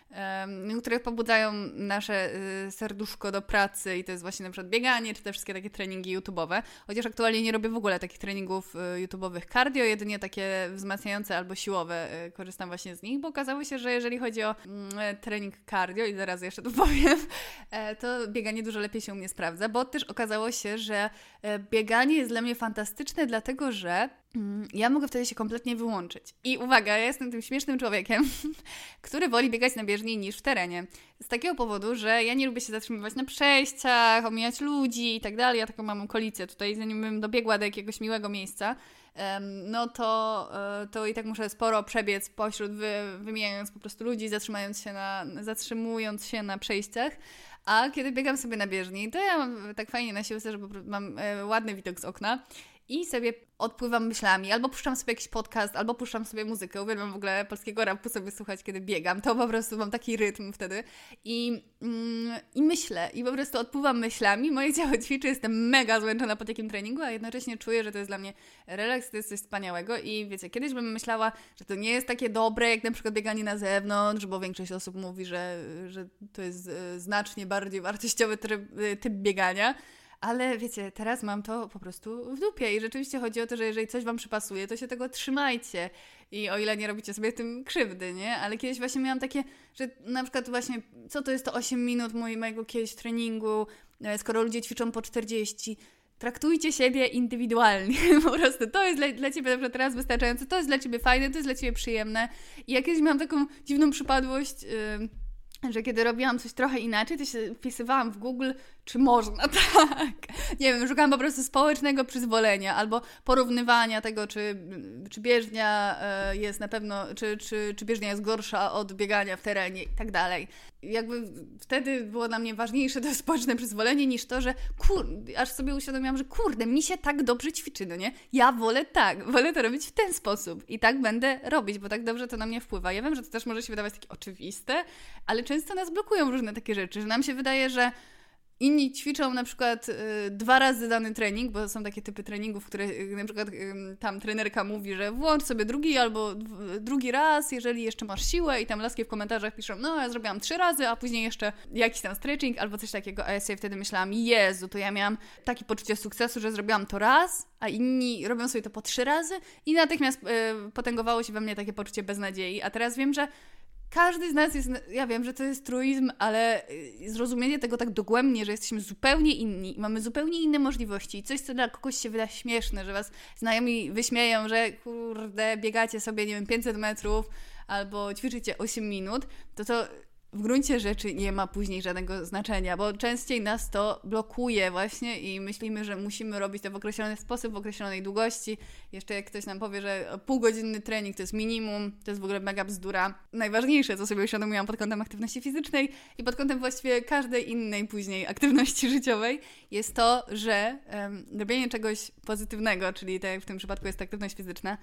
pobudzają nasze serduszko do pracy i to jest właśnie na przykład bieganie, czy te wszystkie takie treningi YouTube'owe. Chociaż aktualnie nie robię w ogóle takich treningów YouTube'owych cardio, jedynie takie wzmacniające albo siłowe korzystam właśnie z nich, bo okazało się, że jeżeli chodzi o trening cardio, i zaraz jeszcze to powiem, to bieganie dużo lepiej się u mnie sprawdza, bo też okazało się, że bieganie jest dla mnie fantastyczne, dlatego że ja mogę wtedy się kompletnie wyłączyć. I uwaga, ja jestem tym śmiesznym człowiekiem, który woli biegać na bieżni niż w terenie. Z takiego powodu, że ja nie lubię się zatrzymywać na przejściach, omijać ludzi i tak dalej. Ja taką mam okolicę tutaj, zanim bym dobiegła do jakiegoś miłego miejsca, no to i tak muszę sporo przebiec pośród, wymijając po prostu ludzi, zatrzymując się na przejściach. A kiedy biegam sobie na bieżni, to ja mam tak fajnie na siłce, że mam ładny widok z okna i sobie odpływam myślami, albo puszczam sobie jakiś podcast, albo puszczam sobie muzykę. Uwielbiam w ogóle polskiego rapu sobie słuchać, kiedy biegam. To po prostu mam taki rytm wtedy. I myślę, i po prostu odpływam myślami. Moje ciało ćwiczy, jestem mega zmęczona po takim treningu, a jednocześnie czuję, że to jest dla mnie relaks, to jest coś wspaniałego. I wiecie, kiedyś bym myślała, że to nie jest takie dobre, jak na przykład bieganie na zewnątrz, bo większość osób mówi, że to jest znacznie bardziej wartościowy typ biegania. Ale wiecie, teraz mam to po prostu w dupie i rzeczywiście chodzi o to, że jeżeli coś Wam przypasuje, to się tego trzymajcie i o ile nie robicie sobie tym krzywdy, nie? Ale kiedyś właśnie miałam takie, że na przykład właśnie, co to jest to 8 minut mojego kiedyś treningu, skoro ludzie ćwiczą po 40, traktujcie siebie indywidualnie, po prostu to jest dla Ciebie na przykład teraz wystarczające, to jest dla Ciebie fajne, to jest dla Ciebie przyjemne i ja kiedyś miałam taką dziwną przypadłość, że kiedy robiłam coś trochę inaczej, to się wpisywałam w Google, czy można tak. Nie wiem, szukałam po prostu społecznego przyzwolenia albo porównywania tego, czy bieżnia jest na pewno, czy bieżnia jest gorsza od biegania w terenie i tak dalej. jakby wtedy było dla mnie ważniejsze to społeczne przyzwolenie niż to, że aż sobie uświadomiłam, że kurde, mi się tak dobrze ćwiczy, no nie? Ja wolę to robić w ten sposób i tak będę robić, bo tak dobrze to na mnie wpływa. Ja wiem, że to też może się wydawać takie oczywiste, ale często nas blokują różne takie rzeczy, że nam się wydaje, że inni ćwiczą na przykład 2 razy dany trening, bo są takie typy treningów, które na przykład tam trenerka mówi, że włącz sobie drugi albo drugi raz, jeżeli jeszcze masz siłę i tam laski w komentarzach piszą, no ja zrobiłam 3 razy, a później jeszcze jakiś tam stretching albo coś takiego, a ja sobie wtedy myślałam, Jezu, to ja miałam takie poczucie sukcesu, że zrobiłam to raz, a inni robią sobie to po 3 razy i natychmiast potęgowało się we mnie takie poczucie beznadziei, a teraz wiem, że każdy z nas jest, ja wiem, że to jest truizm, ale zrozumienie tego tak dogłębnie, że jesteśmy zupełnie inni i mamy zupełnie inne możliwości. Coś, co dla kogoś się wyda śmieszne, że was znajomi wyśmieją, że kurde, biegacie sobie, nie wiem, 500 metrów albo ćwiczycie 8 minut, to w gruncie rzeczy nie ma później żadnego znaczenia, bo częściej nas to blokuje właśnie i myślimy, że musimy robić to w określony sposób, w określonej długości. Jeszcze jak ktoś nam powie, że półgodzinny trening to jest minimum, to jest w ogóle mega bzdura. Najważniejsze, co sobie uświadomiłam pod kątem aktywności fizycznej i pod kątem właściwie każdej innej później aktywności życiowej, jest to, że robienie czegoś pozytywnego, czyli tak jak w tym przypadku jest aktywność fizyczna,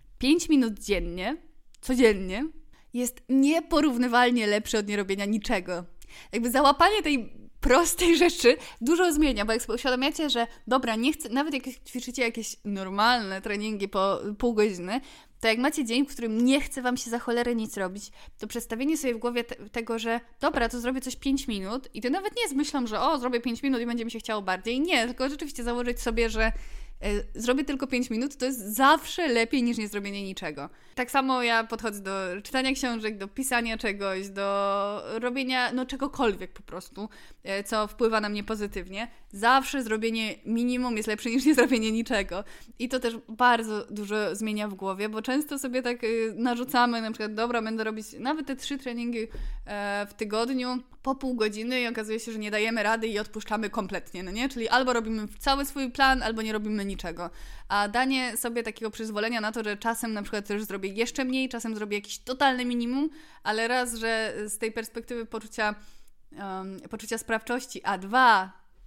5 minut dziennie, codziennie, jest nieporównywalnie lepsze od nierobienia niczego. Jakby załapanie tej prostej rzeczy dużo zmienia, bo jak sobie uświadamiacie, że dobra, nie chcę, nawet jak ćwiczycie jakieś normalne treningi po pół godziny, to jak macie dzień, w którym nie chce wam się za cholerę nic robić, to przedstawienie sobie w głowie tego, że dobra, to zrobię coś 5 minut i to nawet nie z myślą, że zrobię 5 minut i będzie mi się chciało bardziej. Nie, tylko rzeczywiście założyć sobie, że zrobię tylko 5 minut, to jest zawsze lepiej niż nie zrobienie niczego. Tak samo ja podchodzę do czytania książek, do pisania czegoś, do robienia czegokolwiek po prostu, co wpływa na mnie pozytywnie. Zawsze zrobienie minimum jest lepsze niż nie zrobienie niczego. I to też bardzo dużo zmienia w głowie, bo często sobie tak narzucamy, na przykład dobra, będę robić nawet te 3 treningi w tygodniu po pół godziny i okazuje się, że nie dajemy rady i odpuszczamy kompletnie, no nie? Czyli albo robimy cały swój plan, albo nie robimy niczego. A danie sobie takiego przyzwolenia na to, że czasem na przykład też zrobię jeszcze mniej, czasem zrobię jakiś totalny minimum, ale raz, że z tej perspektywy poczucia sprawczości, a 2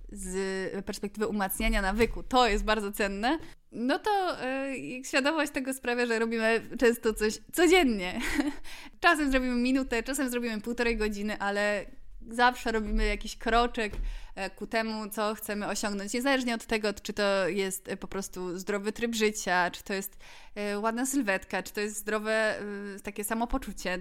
z perspektywy umacniania nawyku, to jest bardzo cenne, no to świadomość tego sprawia, że robimy często coś codziennie. Czasem zrobimy minutę, czasem zrobimy 1,5 godziny, ale zawsze robimy jakiś kroczek ku temu, co chcemy osiągnąć. Niezależnie od tego, czy to jest po prostu zdrowy tryb życia, czy to jest ładna sylwetka, czy to jest zdrowe takie samopoczucie,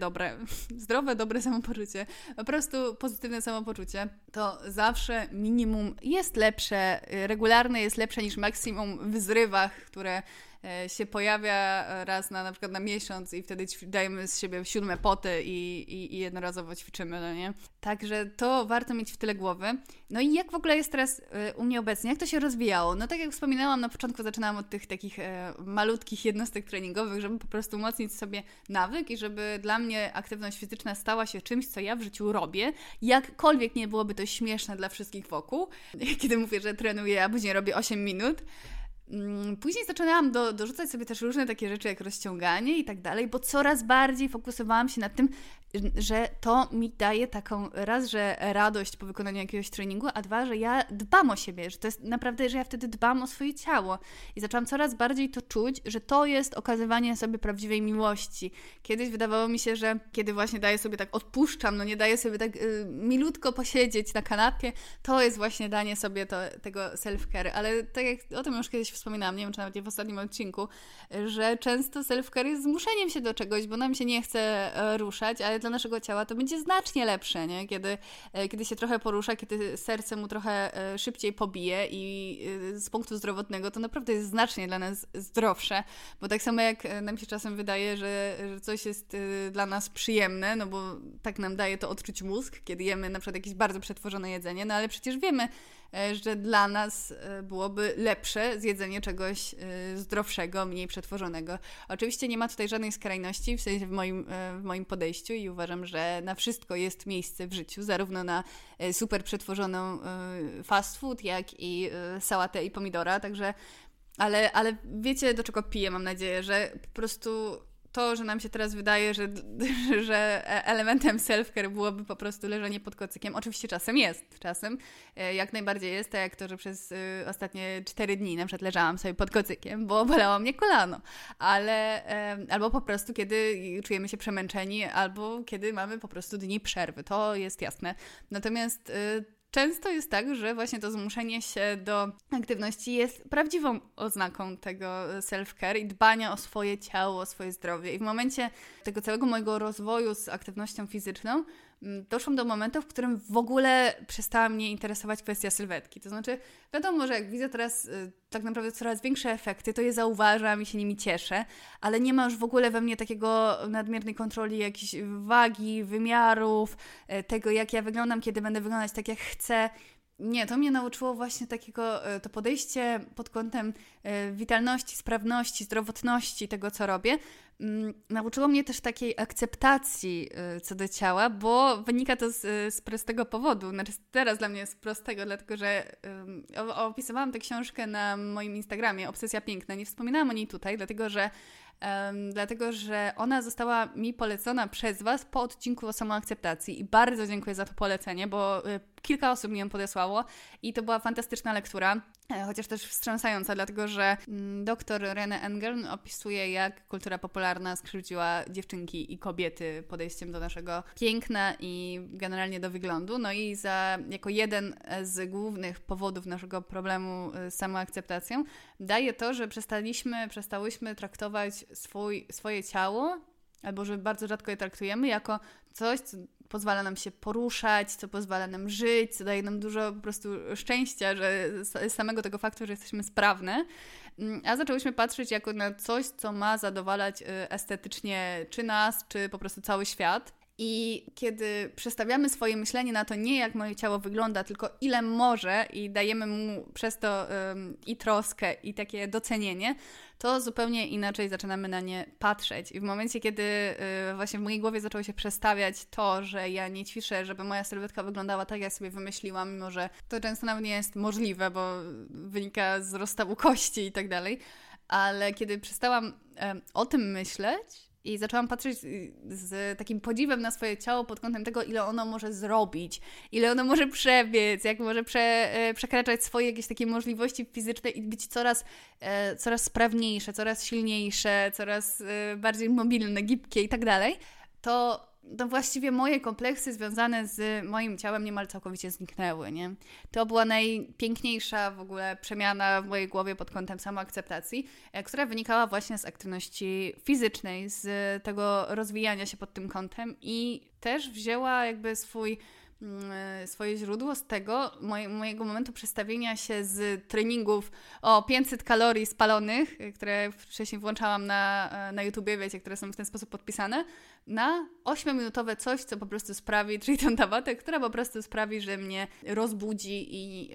dobre samopoczucie, po prostu pozytywne samopoczucie, to zawsze minimum jest lepsze, regularne jest lepsze niż maksimum w zrywach, które się pojawia raz na przykład na miesiąc i wtedy dajemy z siebie 7 poty i jednorazowo ćwiczymy, no nie? Także to warto mieć w tyle głowy. No i jak w ogóle jest teraz u mnie obecnie? Jak to się rozwijało? No tak jak wspominałam, na początku zaczynałam od tych takich malutkich jednostek treningowych, żeby po prostu umocnić sobie nawyk i żeby dla mnie aktywność fizyczna stała się czymś, co ja w życiu robię. Jakkolwiek nie byłoby to śmieszne dla wszystkich wokół, kiedy mówię, że trenuję, a później robię 8 minut. Później zaczynałam dorzucać sobie też różne takie rzeczy jak rozciąganie i tak dalej, bo coraz bardziej fokusowałam się na tym, że to mi daje taką raz, że radość po wykonaniu jakiegoś treningu, a 2, że ja dbam o siebie, że to jest naprawdę, że ja wtedy dbam o swoje ciało i zaczęłam coraz bardziej to czuć, że to jest okazywanie sobie prawdziwej miłości. Kiedyś wydawało mi się, że kiedy właśnie daję sobie tak, odpuszczam, nie daję sobie tak milutko posiedzieć na kanapie, to jest właśnie danie sobie tego self-care, ale tak jak o tym już kiedyś wspominałam, nie wiem, czy nawet nie w ostatnim odcinku, że często self-care jest zmuszeniem się do czegoś, bo nam się nie chce ruszać, ale dla naszego ciała to będzie znacznie lepsze, nie? Kiedy się trochę porusza, kiedy serce mu trochę szybciej pobije i z punktu zdrowotnego to naprawdę jest znacznie dla nas zdrowsze, bo tak samo jak nam się czasem wydaje, że coś jest dla nas przyjemne, no bo tak nam daje to odczuć mózg, kiedy jemy na przykład jakieś bardzo przetworzone jedzenie, no ale przecież wiemy, że dla nas byłoby lepsze zjedzenie czegoś zdrowszego, mniej przetworzonego. Oczywiście nie ma tutaj żadnej skrajności, w sensie w moim podejściu i uważam, że na wszystko jest miejsce w życiu, zarówno na super przetworzoną fast food, jak i sałatę i pomidora, także ale wiecie, do czego piję, mam nadzieję, że po prostu to, że nam się teraz wydaje, że elementem self-care byłoby po prostu leżenie pod kocykiem. Oczywiście czasem jest. Czasem jak najbardziej jest, tak jak to, że przez ostatnie 4 dni na przykład leżałam sobie pod kocykiem, bo bolało mnie kolano. Ale albo po prostu kiedy czujemy się przemęczeni, albo kiedy mamy po prostu dni przerwy. To jest jasne. Natomiast często jest tak, że właśnie to zmuszenie się do aktywności jest prawdziwą oznaką tego self-care i dbania o swoje ciało, o swoje zdrowie. I w momencie tego całego mojego rozwoju z aktywnością fizyczną doszłam do momentu, w którym w ogóle przestała mnie interesować kwestia sylwetki. To znaczy, wiadomo, że jak widzę teraz tak naprawdę coraz większe efekty, to je zauważam i się nimi cieszę, ale nie ma już w ogóle we mnie takiego nadmiernej kontroli jakiejś wagi, wymiarów, tego jak ja wyglądam, kiedy będę wyglądać tak jak chcę. Nie, to mnie nauczyło właśnie takiego, to podejście pod kątem witalności, sprawności, zdrowotności tego, co robię. Nauczyło mnie też takiej akceptacji co do ciała, bo wynika to z prostego powodu. Znaczy teraz dla mnie jest prostego, dlatego że opisywałam tę książkę na moim Instagramie, Obsesja Piękna. Nie wspominałam o niej tutaj, dlatego że ona została mi polecona przez Was po odcinku o samoakceptacji i bardzo dziękuję za to polecenie, bo kilka osób mi ją podesłało i to była fantastyczna lektura, chociaż też wstrząsająca, dlatego że dr René Engel opisuje, jak kultura popularna skrzywdziła dziewczynki i kobiety podejściem do naszego piękna i generalnie do wyglądu. No i jako jeden z głównych powodów naszego problemu z samoakceptacją daje to, że przestałyśmy traktować swoje ciało, albo że bardzo rzadko je traktujemy jako coś, co pozwala nam się poruszać, co pozwala nam żyć, co daje nam dużo po prostu szczęścia, że z samego tego faktu, że jesteśmy sprawne, a zaczęłyśmy patrzeć jako na coś, co ma zadowalać estetycznie czy nas, czy po prostu cały świat. I kiedy przestawiamy swoje myślenie na to nie jak moje ciało wygląda, tylko ile może i dajemy mu przez to i troskę i takie docenienie, to zupełnie inaczej zaczynamy na nie patrzeć. I w momencie, kiedy właśnie w mojej głowie zaczęło się przestawiać to, że ja nie ćwiczę, żeby moja sylwetka wyglądała tak, jak sobie wymyśliłam, mimo że to często nawet nie jest możliwe, bo wynika z rozstawu kości i tak dalej, ale kiedy przestałam o tym myśleć, i zaczęłam patrzeć z takim podziwem na swoje ciało pod kątem tego, ile ono może zrobić, ile ono może przebiec, jak może przekraczać swoje jakieś takie możliwości fizyczne i być coraz sprawniejsze, coraz silniejsze, coraz bardziej mobilne, gibkie i tak dalej, to właściwie moje kompleksy związane z moim ciałem niemal całkowicie zniknęły, nie? To była najpiękniejsza w ogóle przemiana w mojej głowie pod kątem samoakceptacji, która wynikała właśnie z aktywności fizycznej, z tego rozwijania się pod tym kątem i też wzięła jakby swoje źródło z tego mojego momentu przestawienia się z treningów o 500 kalorii spalonych, które wcześniej włączałam na YouTubie, wiecie, które są w ten sposób podpisane, na 8-minutowe coś, co po prostu sprawi, czyli tą tabatę, która po prostu sprawi, że mnie rozbudzi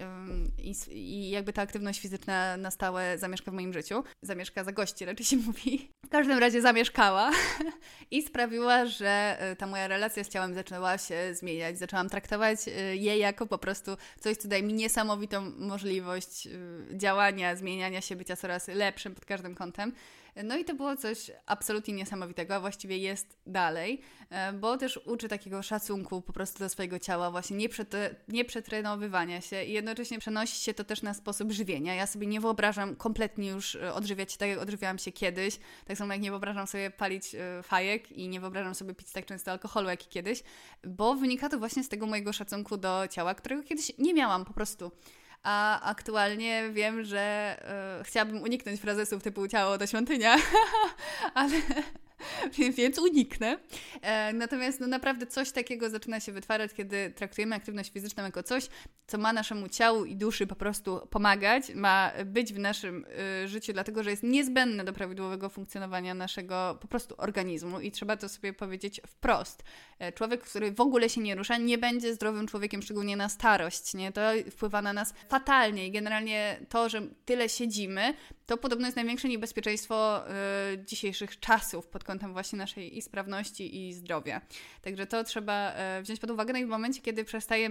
i jakby ta aktywność fizyczna na stałe zamieszka w moim życiu. Zamieszka, zagości raczej się mówi. W każdym razie zamieszkała i sprawiła, że ta moja relacja z ciałem zaczęła się zmieniać. Zaczęłam traktować je jako po prostu coś, co daje mi niesamowitą możliwość działania, zmieniania się, bycia coraz lepszym pod każdym kątem. No i to było coś absolutnie niesamowitego, a właściwie jest dalej, bo też uczy takiego szacunku po prostu do swojego ciała, właśnie nie przetrenowywania się i jednocześnie przenosi się to też na sposób żywienia. Ja sobie nie wyobrażam kompletnie już odżywiać się tak, jak odżywiałam się kiedyś, tak samo jak nie wyobrażam sobie palić fajek i nie wyobrażam sobie pić tak często alkoholu, jak kiedyś, bo wynika to właśnie z tego mojego szacunku do ciała, którego kiedyś nie miałam po prostu. A aktualnie wiem, że chciałabym uniknąć frazesów typu ciało to świątynia, ale więc uniknę. Natomiast naprawdę coś takiego zaczyna się wytwarzać, kiedy traktujemy aktywność fizyczną jako coś, co ma naszemu ciału i duszy po prostu pomagać, ma być w naszym życiu, dlatego że jest niezbędne do prawidłowego funkcjonowania naszego po prostu organizmu i trzeba to sobie powiedzieć wprost. Człowiek, który w ogóle się nie rusza, nie będzie zdrowym człowiekiem, szczególnie na starość, nie? To wpływa na nas fatalnie i generalnie to, że tyle siedzimy, to podobno jest największe niebezpieczeństwo dzisiejszych czasów pod kątem właśnie naszej i sprawności i zdrowia. Także to trzeba wziąć pod uwagę. No i w momencie, kiedy przestajemy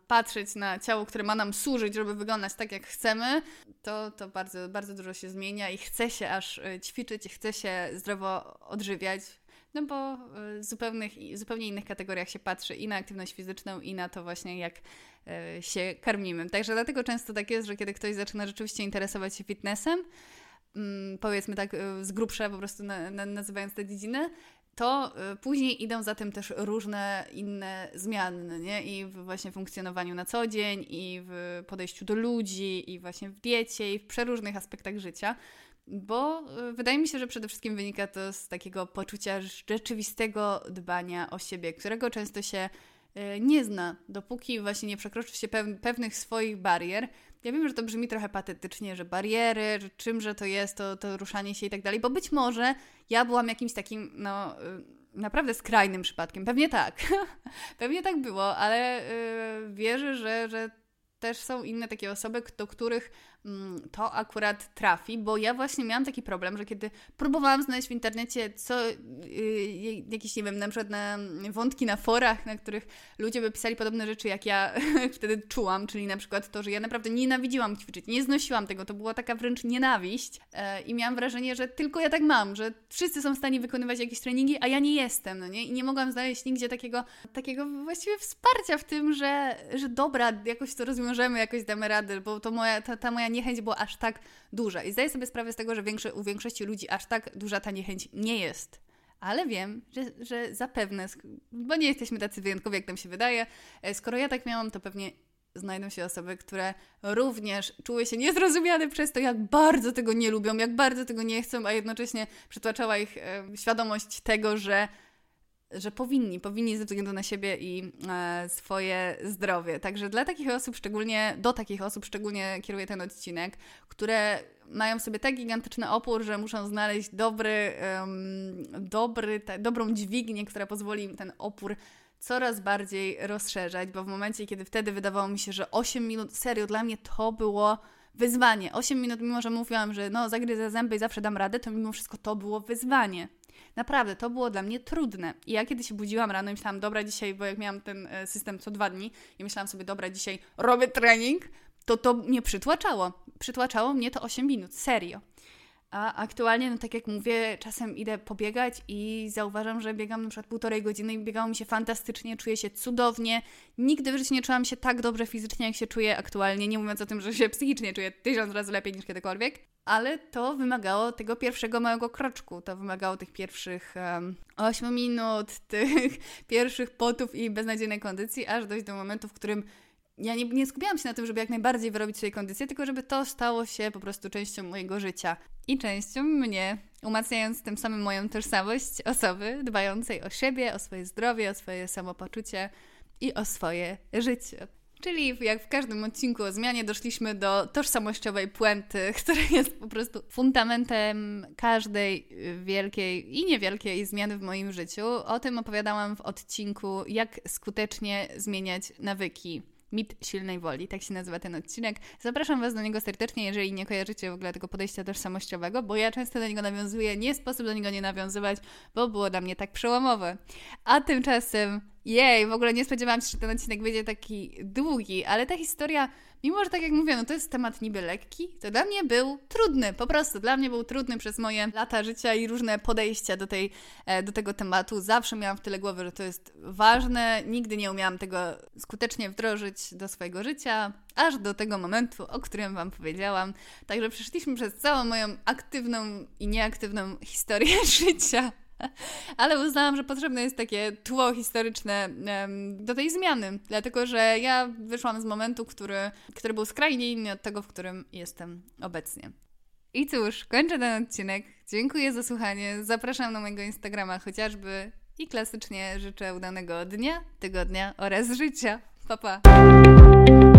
patrzeć na ciało, które ma nam służyć, żeby wyglądać tak, jak chcemy, to bardzo, bardzo dużo się zmienia i chce się aż ćwiczyć i chce się zdrowo odżywiać. No bo w zupełnie innych kategoriach się patrzy i na aktywność fizyczną, i na to właśnie, jak się karmimy. Także dlatego często tak jest, że kiedy ktoś zaczyna rzeczywiście interesować się fitnessem, powiedzmy tak z grubsza po prostu nazywając tę dziedzinę, to później idą za tym też różne inne zmiany, nie? I w właśnie funkcjonowaniu na co dzień, i w podejściu do ludzi, i właśnie w diecie, i w przeróżnych aspektach życia. Bo wydaje mi się, że przede wszystkim wynika to z takiego poczucia rzeczywistego dbania o siebie, którego często się nie zna, dopóki właśnie nie przekroczy się pewnych swoich barier. Ja wiem, że to brzmi trochę patetycznie, że bariery, że czymże to jest, to ruszanie się i tak dalej, bo być może ja byłam jakimś takim, naprawdę skrajnym przypadkiem. Pewnie tak. Pewnie tak było, ale wierzę, że też są inne takie osoby, do których to akurat trafi, bo ja właśnie miałam taki problem, że kiedy próbowałam znaleźć w internecie jakieś, nie wiem, na przykład na wątki na forach, na których ludzie by pisali podobne rzeczy, jak ja wtedy czułam, czyli na przykład to, że ja naprawdę nienawidziłam ćwiczyć, nie znosiłam tego, to była taka wręcz nienawiść i miałam wrażenie, że tylko ja tak mam, że wszyscy są w stanie wykonywać jakieś treningi, a ja nie jestem, no nie? I nie mogłam znaleźć nigdzie takiego właściwie wsparcia w tym, że dobra, jakoś to rozwiążemy, jakoś damy radę, bo to ta moja niechęć była aż tak duża. I zdaję sobie sprawę z tego, że u większości ludzi aż tak duża ta niechęć nie jest. Ale wiem, że zapewne, bo nie jesteśmy tacy wyjątkowi, jak nam się wydaje, skoro ja tak miałam, to pewnie znajdą się osoby, które również czuły się niezrozumiane przez to, jak bardzo tego nie lubią, jak bardzo tego nie chcą, a jednocześnie przytłaczała ich świadomość tego, że powinni ze względu na siebie i swoje zdrowie. Także do takich osób szczególnie kieruję ten odcinek, które mają w sobie tak gigantyczny opór, że muszą znaleźć dobrą dźwignię, która pozwoli im ten opór coraz bardziej rozszerzać, bo w momencie, kiedy wtedy wydawało mi się, że 8 minut, serio, dla mnie to było wyzwanie. 8 minut, mimo że mówiłam, że zagryzę zęby i zawsze dam radę, to mimo wszystko to było wyzwanie. Naprawdę, to było dla mnie trudne. I ja kiedy się budziłam rano i myślałam, dobra, dzisiaj, bo jak miałam ten system co 2 dni i myślałam sobie, dobra, dzisiaj robię trening, to mnie przytłaczało. Przytłaczało mnie to 8 minut, serio. A aktualnie, tak jak mówię, czasem idę pobiegać i zauważam, że biegam na przykład 1,5 godziny i biegało mi się fantastycznie, czuję się cudownie. Nigdy w życiu nie czułam się tak dobrze fizycznie, jak się czuję aktualnie, nie mówiąc o tym, że się psychicznie czuję 1000 razy lepiej niż kiedykolwiek. Ale to wymagało tego pierwszego małego kroczku, to wymagało tych pierwszych 8 minut, tych pierwszych potów i beznadziejnej kondycji, aż dojść do momentu, w którym ja nie skupiałam się na tym, żeby jak najbardziej wyrobić sobie kondycję, tylko żeby to stało się po prostu częścią mojego życia i częścią mnie, umacniając tym samym moją tożsamość osoby dbającej o siebie, o swoje zdrowie, o swoje samopoczucie i o swoje życie. Czyli jak w każdym odcinku o zmianie doszliśmy do tożsamościowej puenty, która jest po prostu fundamentem każdej wielkiej i niewielkiej zmiany w moim życiu. O tym opowiadałam w odcinku Jak skutecznie zmieniać nawyki. Mit silnej woli, tak się nazywa ten odcinek. Zapraszam Was do niego serdecznie, jeżeli nie kojarzycie w ogóle tego podejścia tożsamościowego, bo ja często do niego nawiązuję, nie sposób do niego nie nawiązywać, bo było dla mnie tak przełomowe. A tymczasem, w ogóle nie spodziewałam się, że ten odcinek będzie taki długi, ale ta historia, mimo że tak jak mówię, to jest temat niby lekki, to dla mnie był trudny, po prostu dla mnie był trudny przez moje lata życia i różne podejścia do tego tematu. Zawsze miałam w tyle głowy, że to jest ważne, nigdy nie umiałam tego skutecznie wdrożyć do swojego życia, aż do tego momentu, o którym Wam powiedziałam. Także przeszliśmy przez całą moją aktywną i nieaktywną historię życia. Ale uznałam, że potrzebne jest takie tło historyczne do tej zmiany, dlatego że ja wyszłam z momentu, który był skrajnie inny od tego, w którym jestem obecnie. I cóż, kończę ten odcinek. Dziękuję za słuchanie. Zapraszam na mojego Instagrama chociażby i klasycznie życzę udanego dnia, tygodnia oraz życia. Pa, pa!